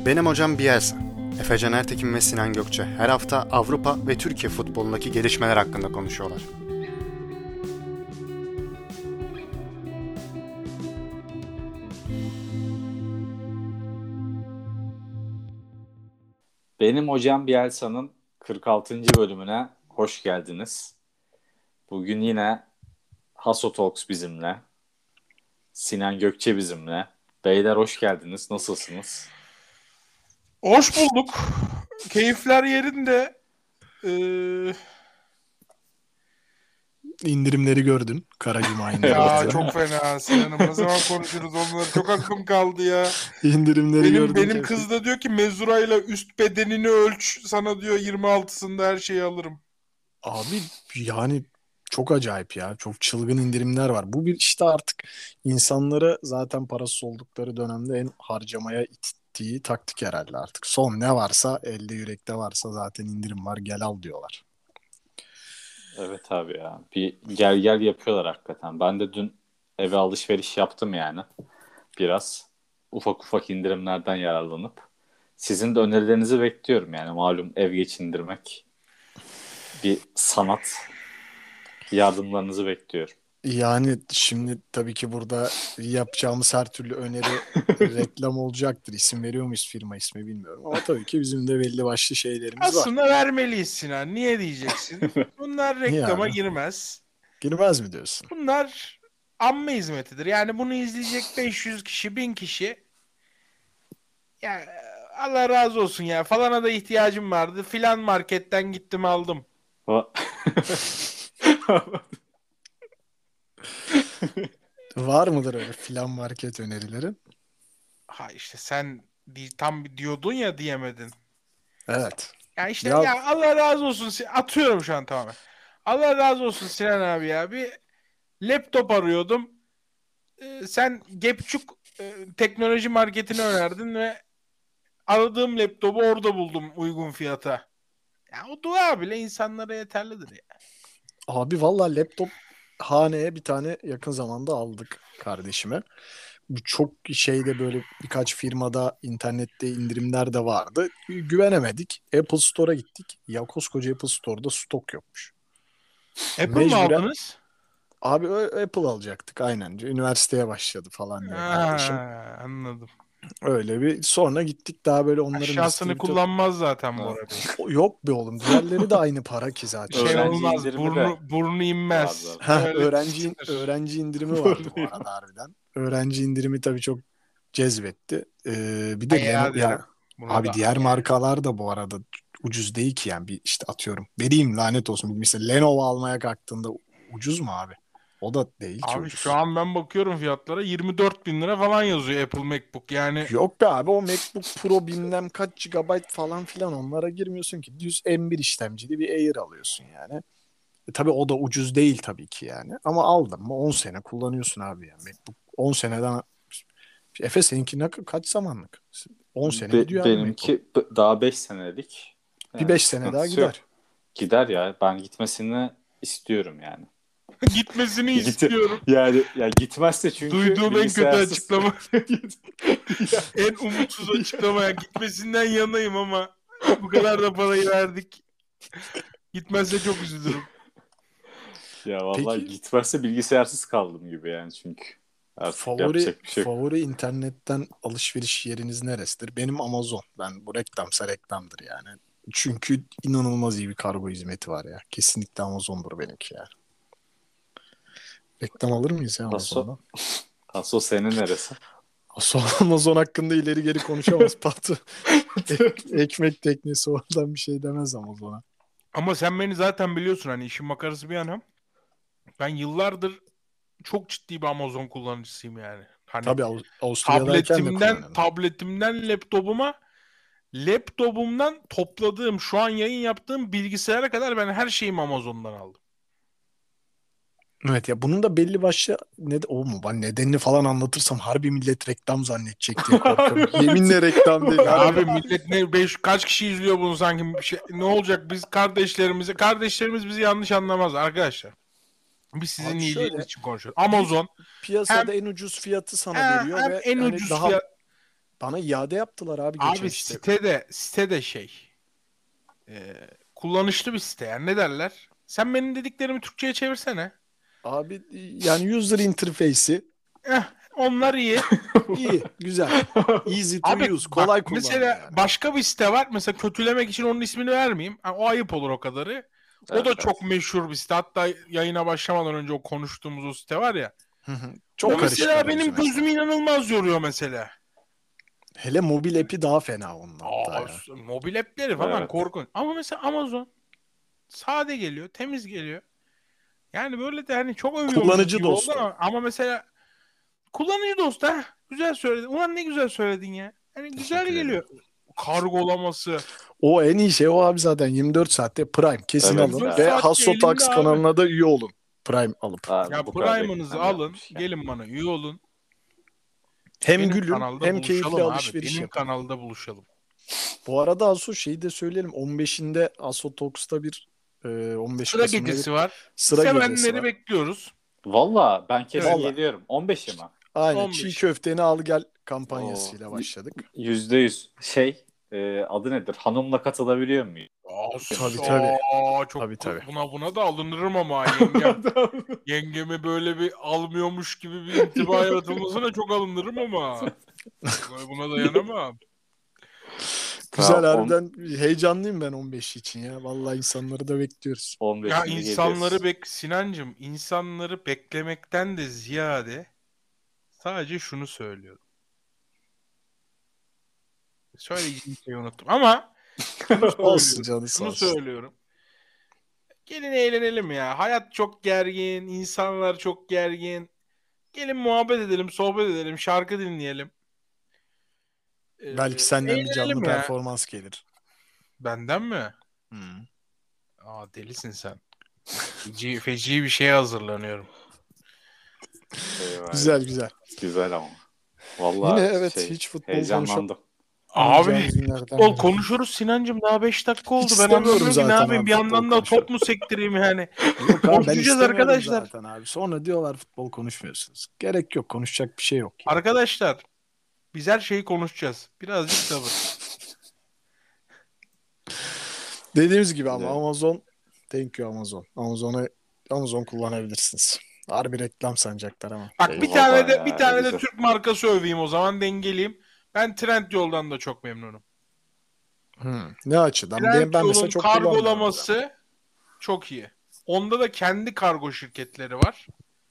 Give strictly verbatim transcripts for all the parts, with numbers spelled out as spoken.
Benim hocam Bielsa. Efecan Ertekin ve Sinan Gökçe her hafta Avrupa ve Türkiye futbolundaki gelişmeler hakkında konuşuyorlar. Benim hocam Bielsa'nın kırk altıncı bölümüne hoş geldiniz. Bugün yine Haso Talks bizimle. Sinan Gökçe bizimle. Beyler hoş geldiniz. Nasılsınız? Hoş bulduk. Keyifler yerinde. Ee... İndirimleri gördün. Karacuma Ya indirimleri. çok fena Sinan'ım. Ne zaman konuşuruz onları? Çok aklım kaldı ya. İndirimleri Benim gördün. benim kesin. kız da diyor ki mezurayla üst bedenini ölç. Sana diyor yirmi altısında her şeyi alırım. Abi yani çok acayip ya. Çok çılgın indirimler var. Bu bir işte artık insanları zaten parasız oldukları dönemde en harcamaya ittiği taktik herhalde artık. Son ne varsa elde yürekte varsa zaten indirim var gel al diyorlar. Evet abi ya. Bir gel gel yapıyorlar hakikaten. Ben de dün eve alışveriş yaptım yani. Biraz ufak ufak indirimlerden yararlanıp. Sizin de önerilerinizi bekliyorum yani. Malum ev geçindirmek bir sanat. Yardımlarınızı bekliyorum. Yani şimdi tabii ki burada yapacağımız her türlü öneri reklam olacaktır. İsim veriyor muyuz firma ismi bilmiyorum. Ama tabii ki bizim de belli başlı şeylerimiz var. Aslında vermeliyiz Sinan. Niye diyeceksin? Bunlar reklama Yani. girmez. Girmez mi diyorsun? Bunlar amme hizmetidir. Yani bunu izleyecek beş yüz kişi, bin kişi. Ya Allah razı olsun ya. Falana da ihtiyacım vardı. Filan marketten gittim aldım. Var mıdır öyle filan market önerilerin? Ha işte sen di- tam diyordun ya diyemedin. Evet. Ya işte Ya, ya Allah razı olsun. Sin- Atıyorum şu an tamamen. Allah razı olsun Sinan abi ya. Bir laptop arıyordum. Ee, sen Gepçuk e, teknoloji marketini önerdin ve aradığım laptopu orada buldum uygun fiyata. Ya o dua bile insanlara yeterlidir ya. abi valla laptop haneye bir tane yakın zamanda aldık kardeşime. Bu çok şeyde böyle birkaç firmada internette indirimler de vardı. Güvenemedik. Apple Store'a gittik. Ya koskoca Apple Store'da stok yokmuş. Apple mı Mecburen aldınız? abi ö- Apple alacaktık aynen. Üniversiteye başladı falan diye kardeşim. Ha, anladım. Öyle bir sonra gittik daha böyle onların Aşağısını listeyi kullanmaz zaten Evet. Bora Bey. O- Yok be oğlum. Diğerleri de aynı para ki Bir zaten. şey Öğrenci olmaz. indirimi Burnu, de burnu inmez. vardı. Heh, Öyle öğrenci düşünür. öğrenci indirimi vardı bu arada harbiden. Öğrenci indirimi tabii çok cezbetti. Ee, bir de Ayağa Leno derim. ya Buna abi da diğer ayağa. markalar da bu arada ucuz değil ki yani bir işte atıyorum. Vereyim lanet olsun. Mesela Lenovo almaya kalktığında ucuz mu abi? O da değil ki Abi ucuz. şu an ben bakıyorum fiyatlara yirmi dört bin lira falan yazıyor Apple MacBook. Yani Yok be abi o MacBook Pro bilmem kaç gigabayt falan filan onlara girmiyorsun ki. Düz M bir işlemcili bir Air alıyorsun yani. E, tabii o da ucuz değil tabii ki yani. Ama aldın mı on sene kullanıyorsun abi yani. MacBook on seneden Efe seninki ne, kaç zamanlık? on sene Be- gidiyor abi MacBook. benimki b- daha beş senelik. Bir Yani beş sene daha sıkıntısı yok. gider. Gider ya. Ben gitmesini istiyorum yani. gitmesini Git istiyorum. yani ya gitmezse çünkü Duyduğum en kötü bilgisayarsız- açıklama. Ya, En umutsuz açıklamaya gitmesinden yanayım ama bu kadar da parayı verdik. Gitmezse çok üzülürüm. ya vallahi Peki gitmezse bilgisayarsız kaldım gibi yani çünkü. Artık favori yapacak bir şey yok. favori internetten alışveriş yeriniz neresidir? Benim Amazon. Ben bu reklamsa reklamdır yani. Çünkü inanılmaz iyi bir kargo hizmeti var ya. Kesinlikle Amazon'dur benimki yani. Reklam alır mıyız ya Paso, Amazon'dan? Paso senin neresi? Sonra Amazon hakkında ileri geri konuşamaz patron. Ek- ekmek teknesi oradan bir şey demez Amazon'a. Ama sen beni zaten biliyorsun hani işin makarası bir yana. Ben yıllardır çok ciddi bir Amazon kullanıcısıyım yani. Hani Tabii Av- Avusturya'dayken de tabletimden kullanıyordum. tabletimden laptopuma, laptopumdan topladığım şu an yayın yaptığım bilgisayara kadar ben her şeyimi Amazon'dan aldım. Evet ya bunun da belli başlı ne o mu ben nedenini falan anlatırsam harbi millet reklam zannedecek diye korkuyorum. Yeminle reklam değil. Ya Harbi. abi millet ne beş kaç kişi izliyor bunu sanki bir şey, ne olacak biz kardeşlerimizi kardeşlerimiz bizi yanlış anlamaz arkadaşlar. Biz sizin Abi iyiliğiniz şöyle için konuşuyoruz. Amazon hem piyasada en ucuz fiyatı sana hem, veriyor hem ve en hani ucuz daha fiyat Bana iade yaptılar abi geçen Abi işte. sitede sitede şey e, kullanışlı bir site yani ne derler? Sen benim dediklerimi Türkçe'ye çevirsene. Abi yani user interface'i Eh, onlar iyi. iyi, güzel. Easy to Abi use, bak kolay kullanım mesela yani. başka bir site var. Mesela kötülemek için onun ismini vermeyeyim. Ha, o ayıp olur o kadarı. O Evet, da evet. çok meşhur bir site. Hatta yayına başlamadan önce o konuştuğumuz o site var ya. Hı hı. O Çok karışık mesela arayüzü benim mesela. gözümü inanılmaz yoruyor mesela. Hele mobil app'i daha fena onun hatta Aa, ya. mobil app'leri falan Evet. korkunç. Ama mesela Amazon sade geliyor, temiz geliyor. Yani böyle de hani çok övüyormuşuz Kullanıcı gibi oldu dostu. ama, ama mesela kullanıcı dostu ha. Güzel söyledin. Ulan ne güzel söyledin ya. Hani güzel Teşekkür ederim. geliyor. Kargolaması. O en iyi şey o abi zaten yirmi dört saatte Prime kesin Evet alın ya. ve Saatte Hassotax elinde abi. kanalına da üye olun. Prime alıp. Abi Ya bu kadar Prime'ınızı reklam alın. yapmış ya. Gelin bana üye olun. Hem Benim gülün kanalda hem keyifli buluşalım abi. alışveriş Benim yapın. kanalda buluşalım. Bu arada Asu şeyi de söyleyelim. on beşinde Asotox'ta bir e, on beş Sıra Kasım'da bir gecesi var. sıra gecesi Sevenleri var. bekliyoruz. Valla ben kesin Evet. Valla geliyorum. on beşi mi? aynen çiğ on beş. köfteni al gel Oo, kampanyasıyla başladık. yüzde yüz. Şey e, adı nedir? Hanımla katılabiliyor muyum? Aa, Tabii tabii. aa, çok Tabii tabii. buna buna da alınırım ama yengem. Yengemi böyle bir almıyormuş gibi bir intiba yaratılmasına çok alınırım ama. Buna, buna dayanamam. Güzel Tamam, on- harbiden heyecanlıyım ben on beş için ya. Vallahi insanları da bekliyoruz. Ya on beşinde insanları geliyoruz. bek Sinancım, insanları beklemekten de ziyade sadece şunu söylüyorum. Söyleyeceğim şeyi unuttum ama şunu Olsun söylüyorum. canı sağ Şunu olsun. söylüyorum. Gelin eğlenelim ya. Hayat çok gergin, insanlar çok gergin. Gelin muhabbet edelim, sohbet edelim, şarkı dinleyelim. Ee, Belki senden bir canlı eğlenelim ya. performans gelir. Benden mi? Hmm. Aa, delisin sen. Feci, feci bir şeye hazırlanıyorum. Eyvah Güzel eyvah. güzel. Güzel ama. Yine Valla evet şey hiç futbol heyecanlandım. Abi konuşamayacağımız günlerden futbol biri. konuşuruz Sinancım, daha beş dakika oldu. Hiç Ben istemiyorum anlamıyorum ki ne zaten yapayım. abi Bir futbol yandan da top konuşalım. mu sektireyim yani. Yok abi ben Konuşacağız istemiyorum arkadaşlar. zaten abi. Sonra diyorlar futbol konuşmuyorsunuz. Gerek yok, konuşacak bir şey yok ya. Arkadaşlar biz her şeyi konuşacağız. Birazcık sabır. Dediğimiz gibi ama Evet. Amazon, thank you Amazon. Amazon'u Amazon kullanabilirsiniz. Harbi reklam sanacaklar ama. Bak Değil. bir Valla tane de ya, bir ne tane de güzel. Türk markası öveyim o zaman, dengeleyeyim. Ben Trendyol'dan da çok memnunum. Hmm. Ne açıdan? Ben, ben mesela Trendyol'un çok kullanmıyorum bile. kargolaması çok iyi. Onda da kendi kargo şirketleri var.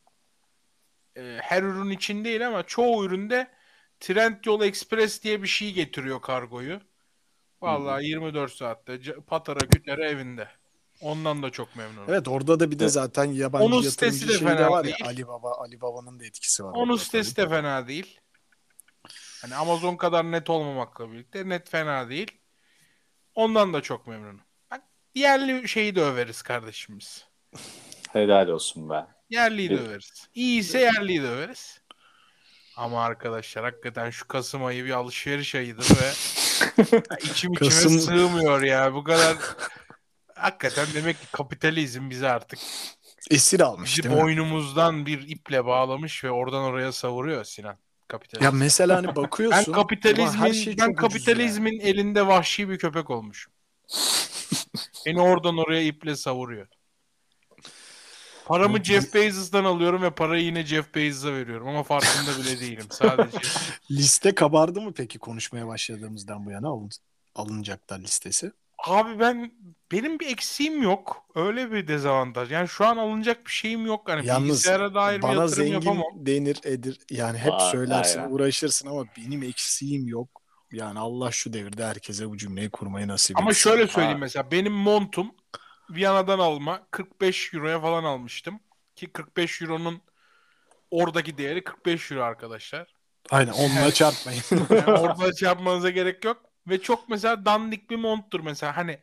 Ee, her ürün için değil ama çoğu üründe Trendyol Express diye bir şey getiriyor kargoyu. Vallahi yirmi dört saatte c- patara kütere evinde. Ondan da çok memnunum. Evet orada da bir de Evet. zaten yabancı Onun sitesi yatırımcı de şeyi de fena var ya. değil. Alibaba, Alibaba'nın da etkisi var Onun orada sitesi tabii. de fena değil. Hani Amazon kadar net olmamakla birlikte net fena değil. Ondan da çok memnunum. Bak, yerli şeyi de överiz kardeşimiz. Helal olsun be. Yerliyi de Bir, överiz. İyiyse yerliyi de överiz. Ama arkadaşlar hakikaten şu Kasım ayı bir alışveriş ayıdır ve ya içim içime Kasım sığmıyor ya. Bu kadar hakikaten demek ki kapitalizm bizi artık esir almış bizi değil mi? boynumuzdan bir iple bağlamış ve oradan oraya savuruyor Sinan. Ya Kapitalizm. mesela hani Ben bakıyorsun ulan her kapitalizmin şey ben çok ucuz yani. kapitalizmin elinde vahşi bir köpek olmuşum. Beni oradan oraya iple savuruyor. Paramı Bu Jeff Bezos'tan alıyorum ve parayı yine Jeff Bezos'a veriyorum ama farkında bile değilim sadece. liste kabardı mı peki konuşmaya başladığımızdan bu yana alın, alınacaklar listesi? Abi ben benim bir eksiğim yok. Öyle bir dezavantaj. Yani şu an alınacak bir şeyim yok. Hani Yalnız bilgisayara dair bir bana yatırım zengin yapamam. denir edir yani hep Vay, söylersin aynen. uğraşırsın ama benim eksiğim yok. Yani Allah şu devirde herkese bu cümleyi kurmayı nasip Ama etsin. şöyle Yani. söyleyeyim, Ha, mesela benim montum Viyana'dan alma kırk beş euroya falan almıştım. Ki kırk beş euronun oradaki değeri kırk beş euro arkadaşlar. Aynen onunla Yani, çarpmayın. yani orada şey yapmanıza gerek yok. Ve çok mesela dandik bir monttur mesela. Hani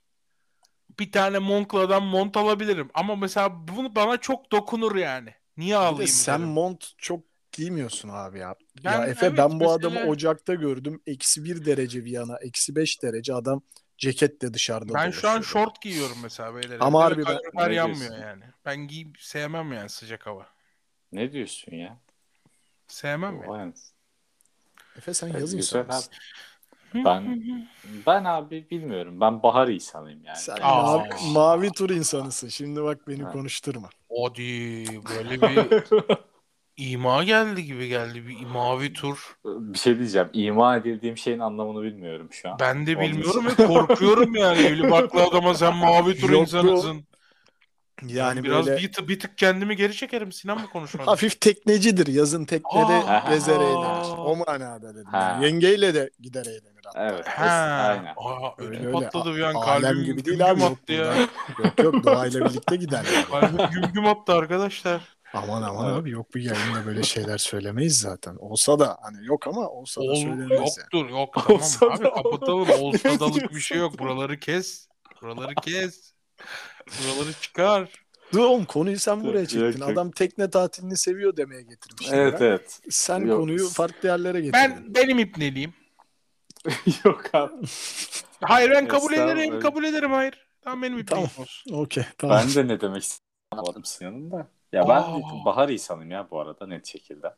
bir tane Monkla'dan mont alabilirim. Ama mesela bunu bana çok dokunur yani. Niye Bir de alayım sen derim. mont çok giymiyorsun abi ya. Ya Ben Efe evet ben bu adamı mesela Ocak'ta gördüm. Eksi bir derece Viyana, eksi beş derece adam ceketle dışarıda ben şu an dolaşıyordu. şort giyiyorum mesela beyler Ama evde ve harbi ben kalorifer ne yanmıyor diyorsun? yani. Ben giyip sevmem yani sıcak hava. Ne diyorsun ya? Sevmem yani. Vay anasını. Efe sen Evet, yaz güzel insanı mısın? abi. Ben ben abi bilmiyorum. Ben bahar insanıyım yani. Sen En Aa. mavi, kış. mavi tur insanısın. Şimdi bak beni Ha. konuşturma. Hadi böyle bir ima geldi gibi geldi. Bir mavi tur. Bir şey diyeceğim. İma edildiğim şeyin anlamını bilmiyorum şu an. Ben de Onun bilmiyorum için- ve korkuyorum yani. Evli barklı adama sen mavi tur Yok bu. insanısın. Ben Yani biraz böyle bir, tık- bir tık kendimi geri çekerim Sinan bu konuşmada. hafif teknecidir. Yazın teknede Aa. gezer eğlenir. O manada dedim. Ha. Yani. Yengeyle de gider eğlenir hatta. Evet. yani. Ha. Es- aynen. Aa, Öyle ödüm öyle. patladı bir an. A- Kalbim Alem gibi değil güm abi. güm Yok attı ya. burada. Yok yok doğayla birlikte giderler. Kalbim güm güm attı arkadaşlar. Aman aman Evet. abi yok bu yayında böyle şeyler söylemeyiz zaten. Olsa da hani yok ama olsa da Ol, söylemeyiz yani. yoktur yok tamam Olsa abi da kapatalım. Olsa dalık bir şey yok. Buraları kes. Buraları kes. Buraları çıkar. Dur oğlum konuyu sen buraya Yok, çektin. yok. Adam tekne tatilini seviyor demeye getirmiştin Evet ya. evet. Sen Yok. konuyu farklı yerlere getirdin. Ben benim ipneliyim. Yok abi. Hayır ben kabul Estağfurullah. ederim. Kabul ederim hayır. Tamam benim ipneyim Tamam. olsun. Okey tamam. Ben de ne demek istediğimi anlamadım Sinan'ın da. Ya ben Aa. bahar insanıyım ya bu arada net şekilde.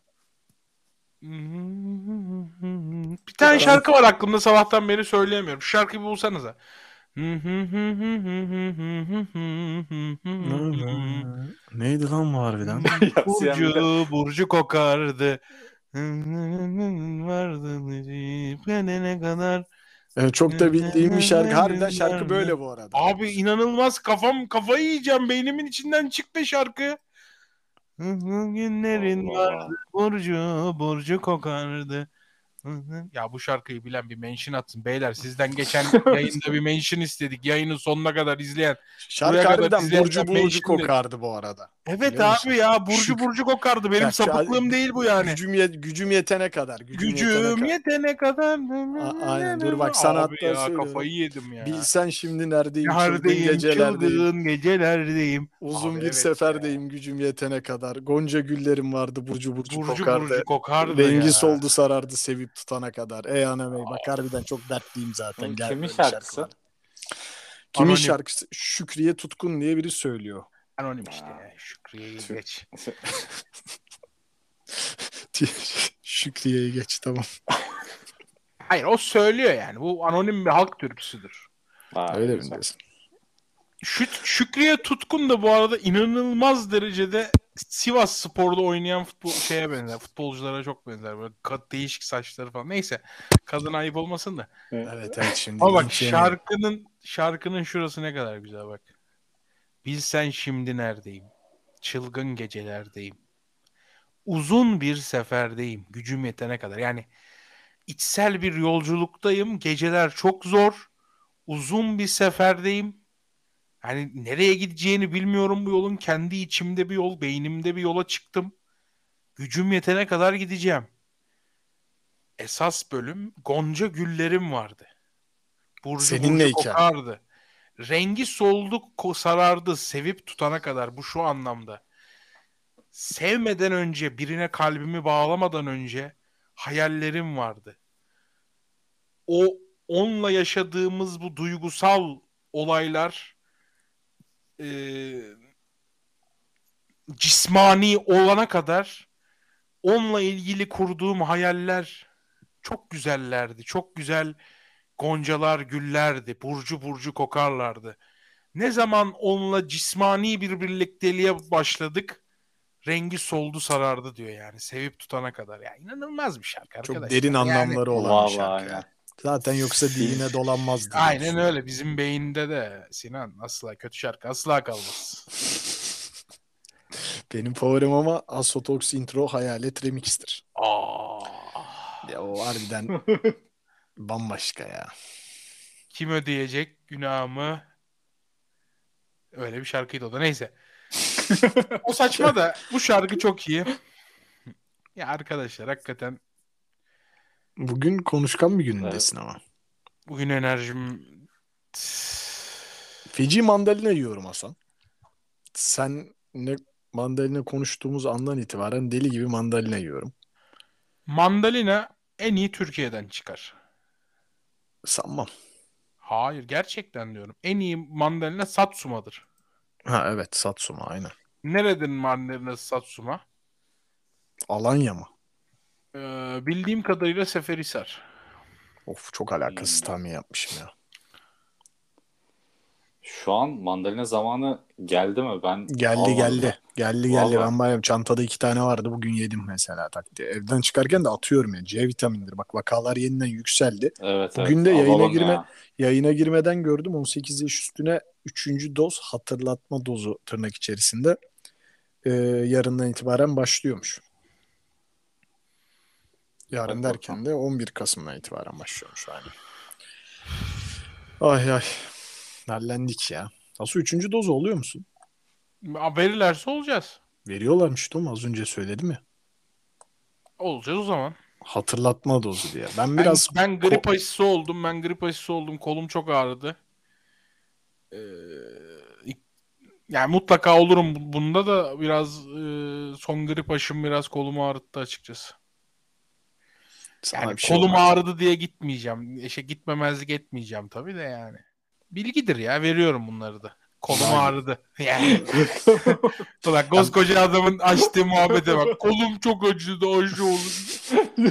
Bir tane Ben- şarkı var aklımda sabahtan beri söyleyemiyorum. Şu şarkıyı bulsanıza. Neydi lan bu harbiden? Burcu, Burcu kokardı. Vardı ne kadar. Evet, çok da bildiğim bir şarkı. Harbiden şarkı böyle bu arada. Abi inanılmaz kafam kafayı yiyeceğim. Beynimin içinden çıktı şarkı. Günlerin Allah vardı. Allah. Burcu, Burcu kokardı. Ya bu şarkıyı bilen bir mention atsın. Beyler sizden geçen yayında bir mention istedik. Yayının sonuna kadar izleyen. Şarkı Buraya kadar harbiden izleyenler Burcu Burcu mention dedi. kokardı bu arada. Evet Biliyor musun? abi ya Burcu Şük- Burcu kokardı. Benim Ya, sapıklığım değil bu yani. Gücüm, yet- gücüm yetene kadar. Gücüm, yetene Gücüm kadar. yetene kadar. A- aynen, dur bak, sana Abi hatta ya, söylüyorum. kafayı yedim ya. Bilsen şimdi neredeyim, çılgın Neredeyim, gecelerdeyim. çılgın gecelerdeyim. Uzun Abi bir evet seferdeyim gücüm yetene kadar. Gonca güllerim vardı burcu burcu, Burcu kokardı. Burcu kokardı Rengi ya. soldu sarardı sevip tutana kadar. Ey anam ey, bak harbiden çok dertliyim zaten. Oğlum, Gel kimin böyle şarkısı? şarkılar. Kimin Anonim. şarkısı? Şükriye Tutkun diye biri söylüyor. Anonim işte. Şükriye'yi geç. Şükriye'yi geç tamam. Hayır o söylüyor yani. Bu anonim bir halk türküsüdür. Ha, Öyle mi güzel. diyorsun? Şü- Şükriye Tutkun da bu arada inanılmaz derecede Sivas Spor'da oynayan futbol şeye benzer. Futbolculara çok benzer. Böyle ka- değişik saçları falan. Neyse. Kadın ayıp olmasın da. Evet evet şimdi. Ama bak linç yemeyelim. şarkının şarkının şurası ne kadar güzel bak. Bilsen şimdi neredeyim? Çılgın gecelerdeyim. Uzun bir seferdeyim. Gücüm yetene kadar. Yani içsel bir yolculuktayım. Geceler çok zor. Uzun bir seferdeyim. Yani nereye gideceğini bilmiyorum bu yolun. Kendi içimde bir yol, beynimde bir yola çıktım. Gücüm yetene kadar gideceğim. Esas bölüm Gonca güllerim vardı. Burcu Seninle burcu iken. kokardı. Rengi soldu, ko- sarardı, sevip tutana kadar. Bu şu anlamda. Sevmeden önce, birine kalbimi bağlamadan önce hayallerim vardı. O onunla yaşadığımız bu duygusal olaylar e, cismani olana kadar onunla ilgili kurduğum hayaller çok güzellerdi. Çok güzel goncalar, güllerdi. Burcu burcu kokarlardı. Ne zaman onunla cismani bir birlikteliğe başladık, rengi soldu sarardı diyor yani. Sevip tutana kadar. Ya inanılmaz bir şarkı arkadaşlar. Çok derin Yani- anlamları olan bir Vallahi şarkı aynen. ya. Zaten yoksa diline dolanmazdı. diye Aynen düşünüyorum. öyle. Bizim beyinde de Sinan asla kötü şarkı asla kalmaz. Benim favorim ama Asotox Intro Hayalet Remix'tir. Aa, Ya o harbiden bambaşka ya. kim ödeyecek günahımı? Öyle bir şarkıydı o da. Neyse. O saçma da bu şarkı çok iyi. Ya arkadaşlar hakikaten Bugün konuşkan bir günündesin ama. bugün enerjim Feci mandalina yiyorum Hasan. Sen ne mandalina konuştuğumuz andan itibaren deli gibi mandalina yiyorum. mandalina en iyi Türkiye'den çıkar. Sanmam. Hayır gerçekten diyorum. En iyi mandalina Satsuma'dır. Ha evet Satsuma aynen. Nereden mandalina Satsuma? Alanya mı? Ee, bildiğim kadarıyla Seferihisar. Of, çok alakasız Hmm. tahmin yapmışım ya. Şu an mandalina zamanı geldi mi? Ben Geldi almadım geldi. da. Geldi geldi. Vallahi. Ben bayağı çantada iki tane vardı. Bugün yedim mesela tak diye. Evden çıkarken de atıyorum ya. C vitamindir. Bak, vakalar yeniden yükseldi. Evet Bugün evet de yayına alalım girme ya. yayına girmeden gördüm, on sekiz yaş üstüne üçüncü doz hatırlatma dozu tırnak içerisinde e, yarından itibaren başlıyormuş. Yarın Hadi derken bakalım. de on bir Kasım'dan itibaren başlıyormuş aynı. Ay ay. Hallendik ya. Nasıl, üçüncü doz oluyor musun? Verirlerse olacağız. Veriyorlarmış Tom, az önce söyledim ya. Olacağız o zaman. Hatırlatma dozu diye. Ben Ben, biraz ben ko- grip aşısı oldum. Ben grip aşısı oldum. Kolum çok ağrıdı. Ee, yani mutlaka olurum. Bunda da biraz e, son grip aşım biraz kolumu ağrıttı açıkçası. sana Yani bir şey kolum olmaz. ağrıdı diye gitmeyeceğim. İşte gitmemezlik etmeyeceğim tabii de yani. Bilgidir ya, veriyorum bunları da. Kolum Yani- ağrıdı. Yani. Ulan koskoca adamın açtığı muhabbete bak. Kolum çok acıdı, aşı olur.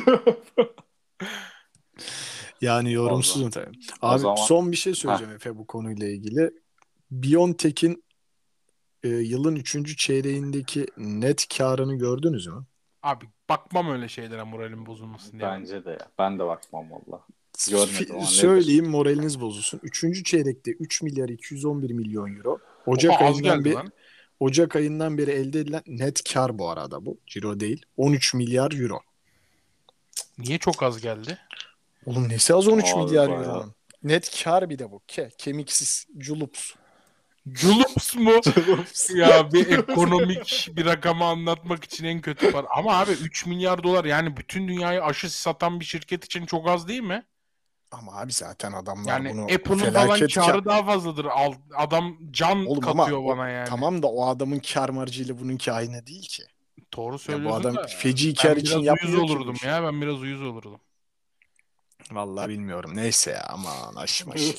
Yani O yorumsuzum tabii. O Abi zaman son bir şey söyleyeceğim Efe bu konuyla ilgili. BioNTech'in e, yılın üçüncü çeyreğindeki net karını gördünüz mü? Abi bakmam öyle şeylere, moralim bozulmasın diye. bence de ya. Ben de bakmam valla. Görmedim ama Fi- nedir? söyleyeyim, moraliniz bozulsun. Üçüncü çeyrekte üç milyar iki yüz on bir milyon euro. Ocak Oha, az ayından geldi bir lan. Ocak ayından beri elde edilen net kar, bu arada bu. Ciro değil. on üç milyar euro. Niye çok az geldi? Oğlum nesi az on üç Abi milyar bayağı- euronun? Net kar bir de bu. Ke, kemiksiz. Culups. Culups mu? Ya bir ekonomik bir rakamı anlatmak için en kötü para. Ama abi üç milyar dolar, yani bütün dünyayı aşı satan bir şirket için çok az değil mi? Ama abi zaten adamlar Yani bunu Apple'ın falan felaket kar... karı daha fazladır. Al- Adam can Oğlum ama katıyor o- bana yani. tamam da o adamın kar marjıyla bununki aynı değil ki. Doğru Ya bu söylüyorsun adam da feci kar ben için biraz uyuz yapmıyor ki bu olurdum işi. ya. Ben biraz uyuz olurdum. Vallahi bilmiyorum. Neyse ya, aman aşmaş.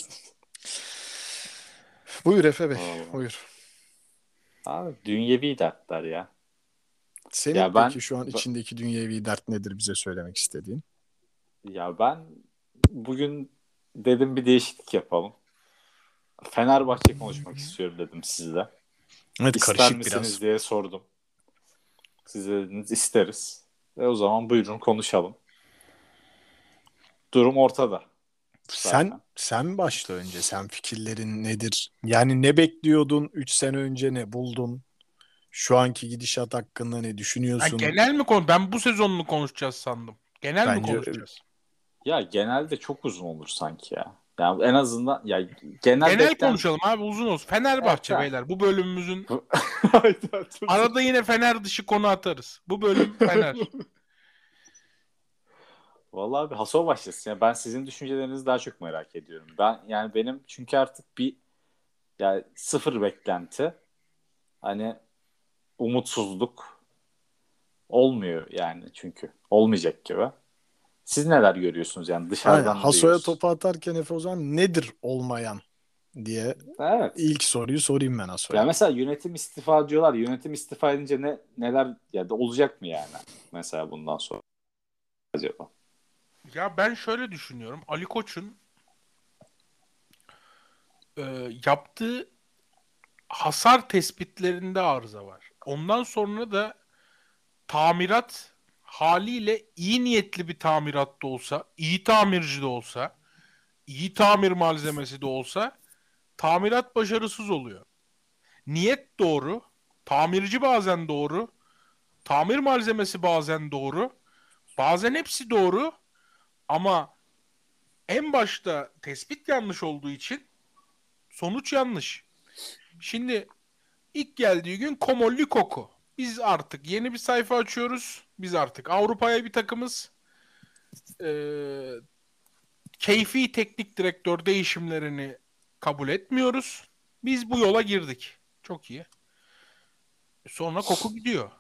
Buyur Efe Bey, Vallahi. buyur. Abi dünyevi dertler ya. Senin Ya ben- peki şu an içindeki dünyevi dert nedir, bize söylemek istediğin? Ya ben bugün dedim bir değişiklik yapalım. Fenerbahçe konuşmak istiyorum dedim sizle. Evet, İster karışık misiniz biraz. diye sordum. Siz de dediniz isteriz. E o zaman buyurun konuşalım. Durum ortada. Sen zaten. sen başla önce. Sen fikirlerin nedir? Yani ne bekliyordun? üç sene önce ne buldun? Şu anki gidişat hakkında ne Ha, düşünüyorsun? genel mi konu? Ben bu sezonunu konuşacağız sandım. Genel mi Bence- konuşacağız? Ya genelde çok uzun olur sanki ya. Yani en azından ya genel, Genel beklen- konuşalım abi, uzun olsun. Fenerbahçe Evet, beyler. Bu bölümümüzün Hayda, dur. arada yine Fener dışı konu atarız. Bu bölüm Fener. Vallahi abi Haso başlasın. Ya ben sizin düşüncelerinizi daha çok merak ediyorum. Ben yani benim çünkü artık bir yani sıfır beklenti. Hani umutsuzluk olmuyor yani çünkü. Olmayacak gibi. Siz neler görüyorsunuz yani dışarıdan Aynen. mı Haso'ya diyorsunuz? topu atarken Efe, o zaman nedir olmayan diye Evet. ilk soruyu sorayım ben Haso'ya. Ya mesela yönetim istifa diyorlar. Yönetim istifa edince ne neler ya da olacak mı yani? Mesela bundan sonra acaba? Ya ben şöyle düşünüyorum. Ali Koç'un e, yaptığı hasar tespitlerinde arıza var. Ondan sonra da tamirat haliyle iyi niyetli bir tamirat da olsa, iyi tamirci de olsa, iyi tamir malzemesi de olsa tamirat başarısız oluyor. Niyet doğru, tamirci bazen doğru, tamir malzemesi bazen doğru, bazen hepsi doğru ama en başta tespit yanlış olduğu için sonuç yanlış. Şimdi ilk geldiği gün Komolli Koko. Biz artık yeni bir sayfa açıyoruz. Biz artık Avrupa'ya bir takımız. Ee, keyfi teknik direktör değişimlerini kabul etmiyoruz. Biz bu yola girdik. Çok iyi. Sonra Koku gidiyor.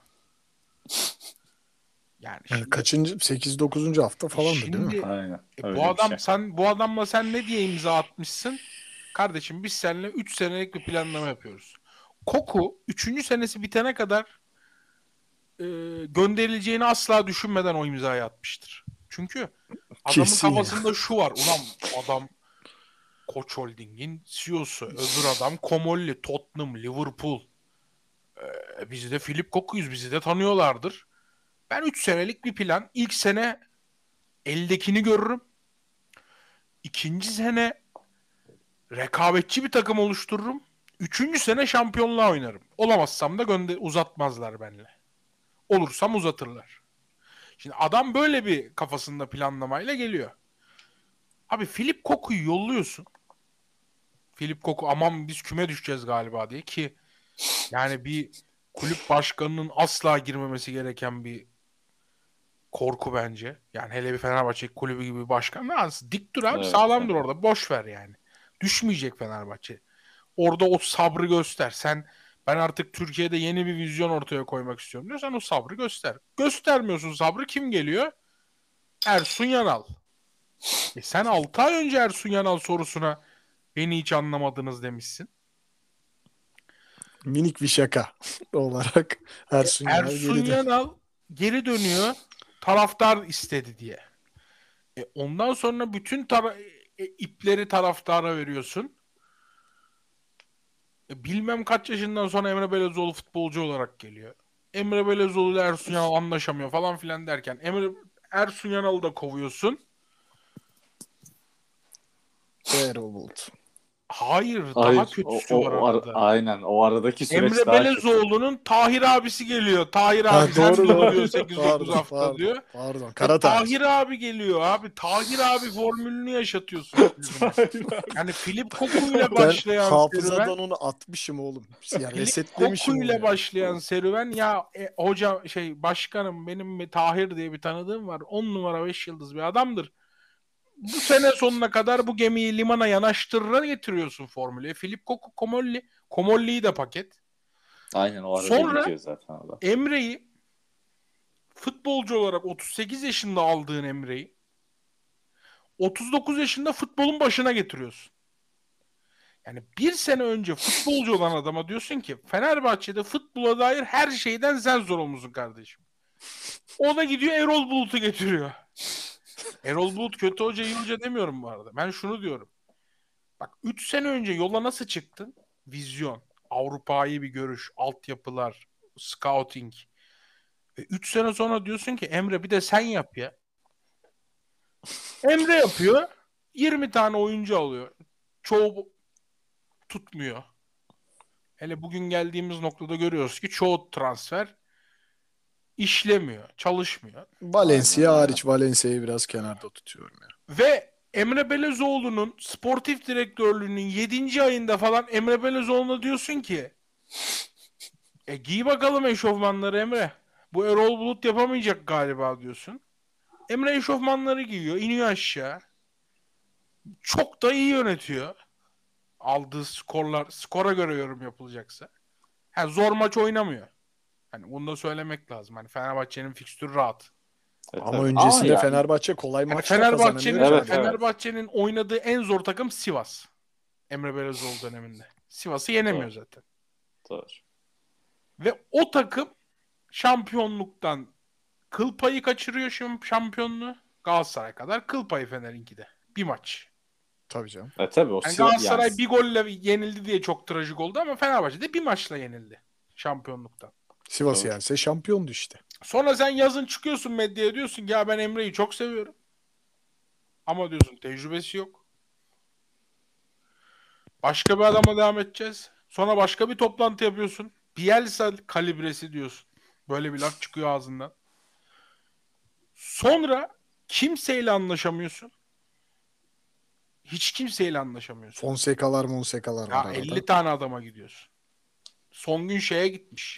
Yani Yani şimdi, kaçıncı? sekiz dokuzuncu hafta falandı değil mi? şimdi Aynen. e, Öyle bu bir adam şey. sen bu adamla sen ne diye imza atmışsın? Kardeşim biz seninle üç senelik bir planlama yapıyoruz. Koku üçüncü senesi bitene kadar e, gönderileceğini asla düşünmeden o imzayı atmıştır. Çünkü adamın Kesin ya. kafasında şu var. Ulan adam Koç Holding'in C E O'su. Öbür adam Komolli, Tottenham, Liverpool. Ee, biz de Philip Cocu'yuz. Bizi de tanıyorlardır. Ben üç senelik bir plan. İlk sene eldekini görürüm. İkinci sene rekabetçi bir takım oluştururum. Üçüncü sene şampiyonluğa oynarım. Olamazsam da gönder uzatmazlar benimle. Olursam uzatırlar. Şimdi adam böyle bir kafasında planlamayla geliyor. Abi Philip Cocu'yu yolluyorsun. Philip Cocu aman biz küme düşeceğiz galiba diye ki yani bir kulüp başkanının asla girmemesi gereken bir korku bence. Yani hele bir Fenerbahçe kulübü gibi bir başkan. Nasıl? Dik dur abi, Evet, sağlam dur evet. orada. Boş ver yani. Düşmeyecek Fenerbahçe. Orada o sabrı göster. Sen ben artık Türkiye'de yeni bir vizyon ortaya koymak istiyorum diyorsan o sabrı göster. Göstermiyorsun sabrı, kim geliyor? Ersun Yanal. E sen altı ay önce Ersun Yanal sorusuna beni hiç anlamadınız demişsin. Minik bir şaka olarak Ersun Yanal Ersun geri dön. Yanal geri dönüyor. Taraftar istedi diye. E ondan sonra bütün tara- e, ipleri taraftara veriyorsun. E bilmem kaç yaşından sonra Emre Belözoğlu futbolcu olarak geliyor. Emre Belözoğlu ile Ersun Yanal anlaşamıyor falan filan derken Emre Ersun Yanal'ı da kovuyorsun. Erol Bulut. Hayır, daha Hayır, o, kötüsü o, var o ar- arada. aynen o aradaki süreç Emre daha kötü. Belözoğlu'nun Tahir abisi geliyor. Tahir Ha, abi sen doğru dur doğru. diyor sekiz dokuz Pardon, hafta pardon, diyor. pardon. E, Karatay. Tahir abi geliyor abi. Tahir abi formülünü yaşatıyorsun yüzüne. Yani Philip Cocu ile Ben başlayan hafızadan serüven onu atmışım oğlum. Ya Philip resetlemişim Cocu onu ile ya. başlayan serüven ya e, hoca şey başkanım benim bir Tahir diye bir tanıdığım var. on numara beş yıldız bir adamdır. Bu sene sonuna kadar bu gemiyi limana yanaştırır getiriyorsun formülü. E, Philip Cocu, Komolli. Komolli'yi de paket. Aynen o arada Sonra gidiyor zaten o da. Emre'yi futbolcu olarak otuz sekiz yaşında aldığın Emre'yi otuz dokuz yaşında futbolun başına getiriyorsun. Yani bir sene önce futbolcu olan adama diyorsun ki Fenerbahçe'de futbola dair her şeyden sen sorumlusun kardeşim. O da gidiyor Erol Bulut'u getiriyor. Erol Bulut kötü hoca iyi hoca demiyorum bu arada. Ben şunu diyorum. Bak üç sene önce yola nasıl çıktın? Vizyon, Avrupa'yı bir görüş, altyapılar, scouting. Ve üç sene sonra diyorsun ki Emre bir de sen yap ya. Emre yapıyor. yirmi tane oyuncu alıyor. Çoğu tutmuyor. Hele bugün geldiğimiz noktada görüyoruz ki çoğu transfer işlemiyor, çalışmıyor. Valencia Aynen öyle. hariç. Valencia'yı biraz kenarda tutuyorum ya. Ve Emre Belezoğlu'nun sportif direktörlüğünün yedinci ayında falan Emre Belezoğlu'na diyorsun ki e giy bakalım eşofmanları Emre. Bu Erol Bulut yapamayacak galiba diyorsun. Emre eşofmanları giyiyor, iniyor aşağı. Çok da iyi yönetiyor. Aldığı skorlar, skora göre yorum yapılacaksa. Ha, zor maç oynamıyor. Hani bunu da söylemek lazım. Hani Fenerbahçe'nin fikstürü rahat. Evet, Ama evet. öncesinde yani- Fenerbahçe kolay Yani maçta Fenerbahçe'nin kazanamıyor. Evet, ki. evet. Fenerbahçe'nin oynadığı en zor takım Sivas. Emre Belözoğlu döneminde. Sivas'ı yenemiyor Doğru. zaten. Doğru. Ve o takım şampiyonluktan kıl payı kaçırıyor şimdi şampiyonluğu. Galatasaray kadar kıl payı Fener'inki de. Bir maç. Tabii canım. E tabii o Yani Sivas Galatasaray yani bir golle yenildi diye çok trajik oldu ama Fenerbahçe de bir maçla yenildi şampiyonluktan. Sivas Doğru. yense şampiyondu işte. Sonra sen yazın çıkıyorsun medyaya diyorsun ki ya ben Emre'yi çok seviyorum. Ama diyorsun tecrübesi yok. Başka bir adama devam edeceğiz. Sonra başka bir toplantı yapıyorsun. Bielsa kalibresi diyorsun. Böyle bir laf çıkıyor ağzından. Sonra kimseyle anlaşamıyorsun. Hiç kimseyle anlaşamıyorsun. Fonsekalar Monsekalar var Ya arada. elli tane adama gidiyorsun. Son gün şeye gitmiş.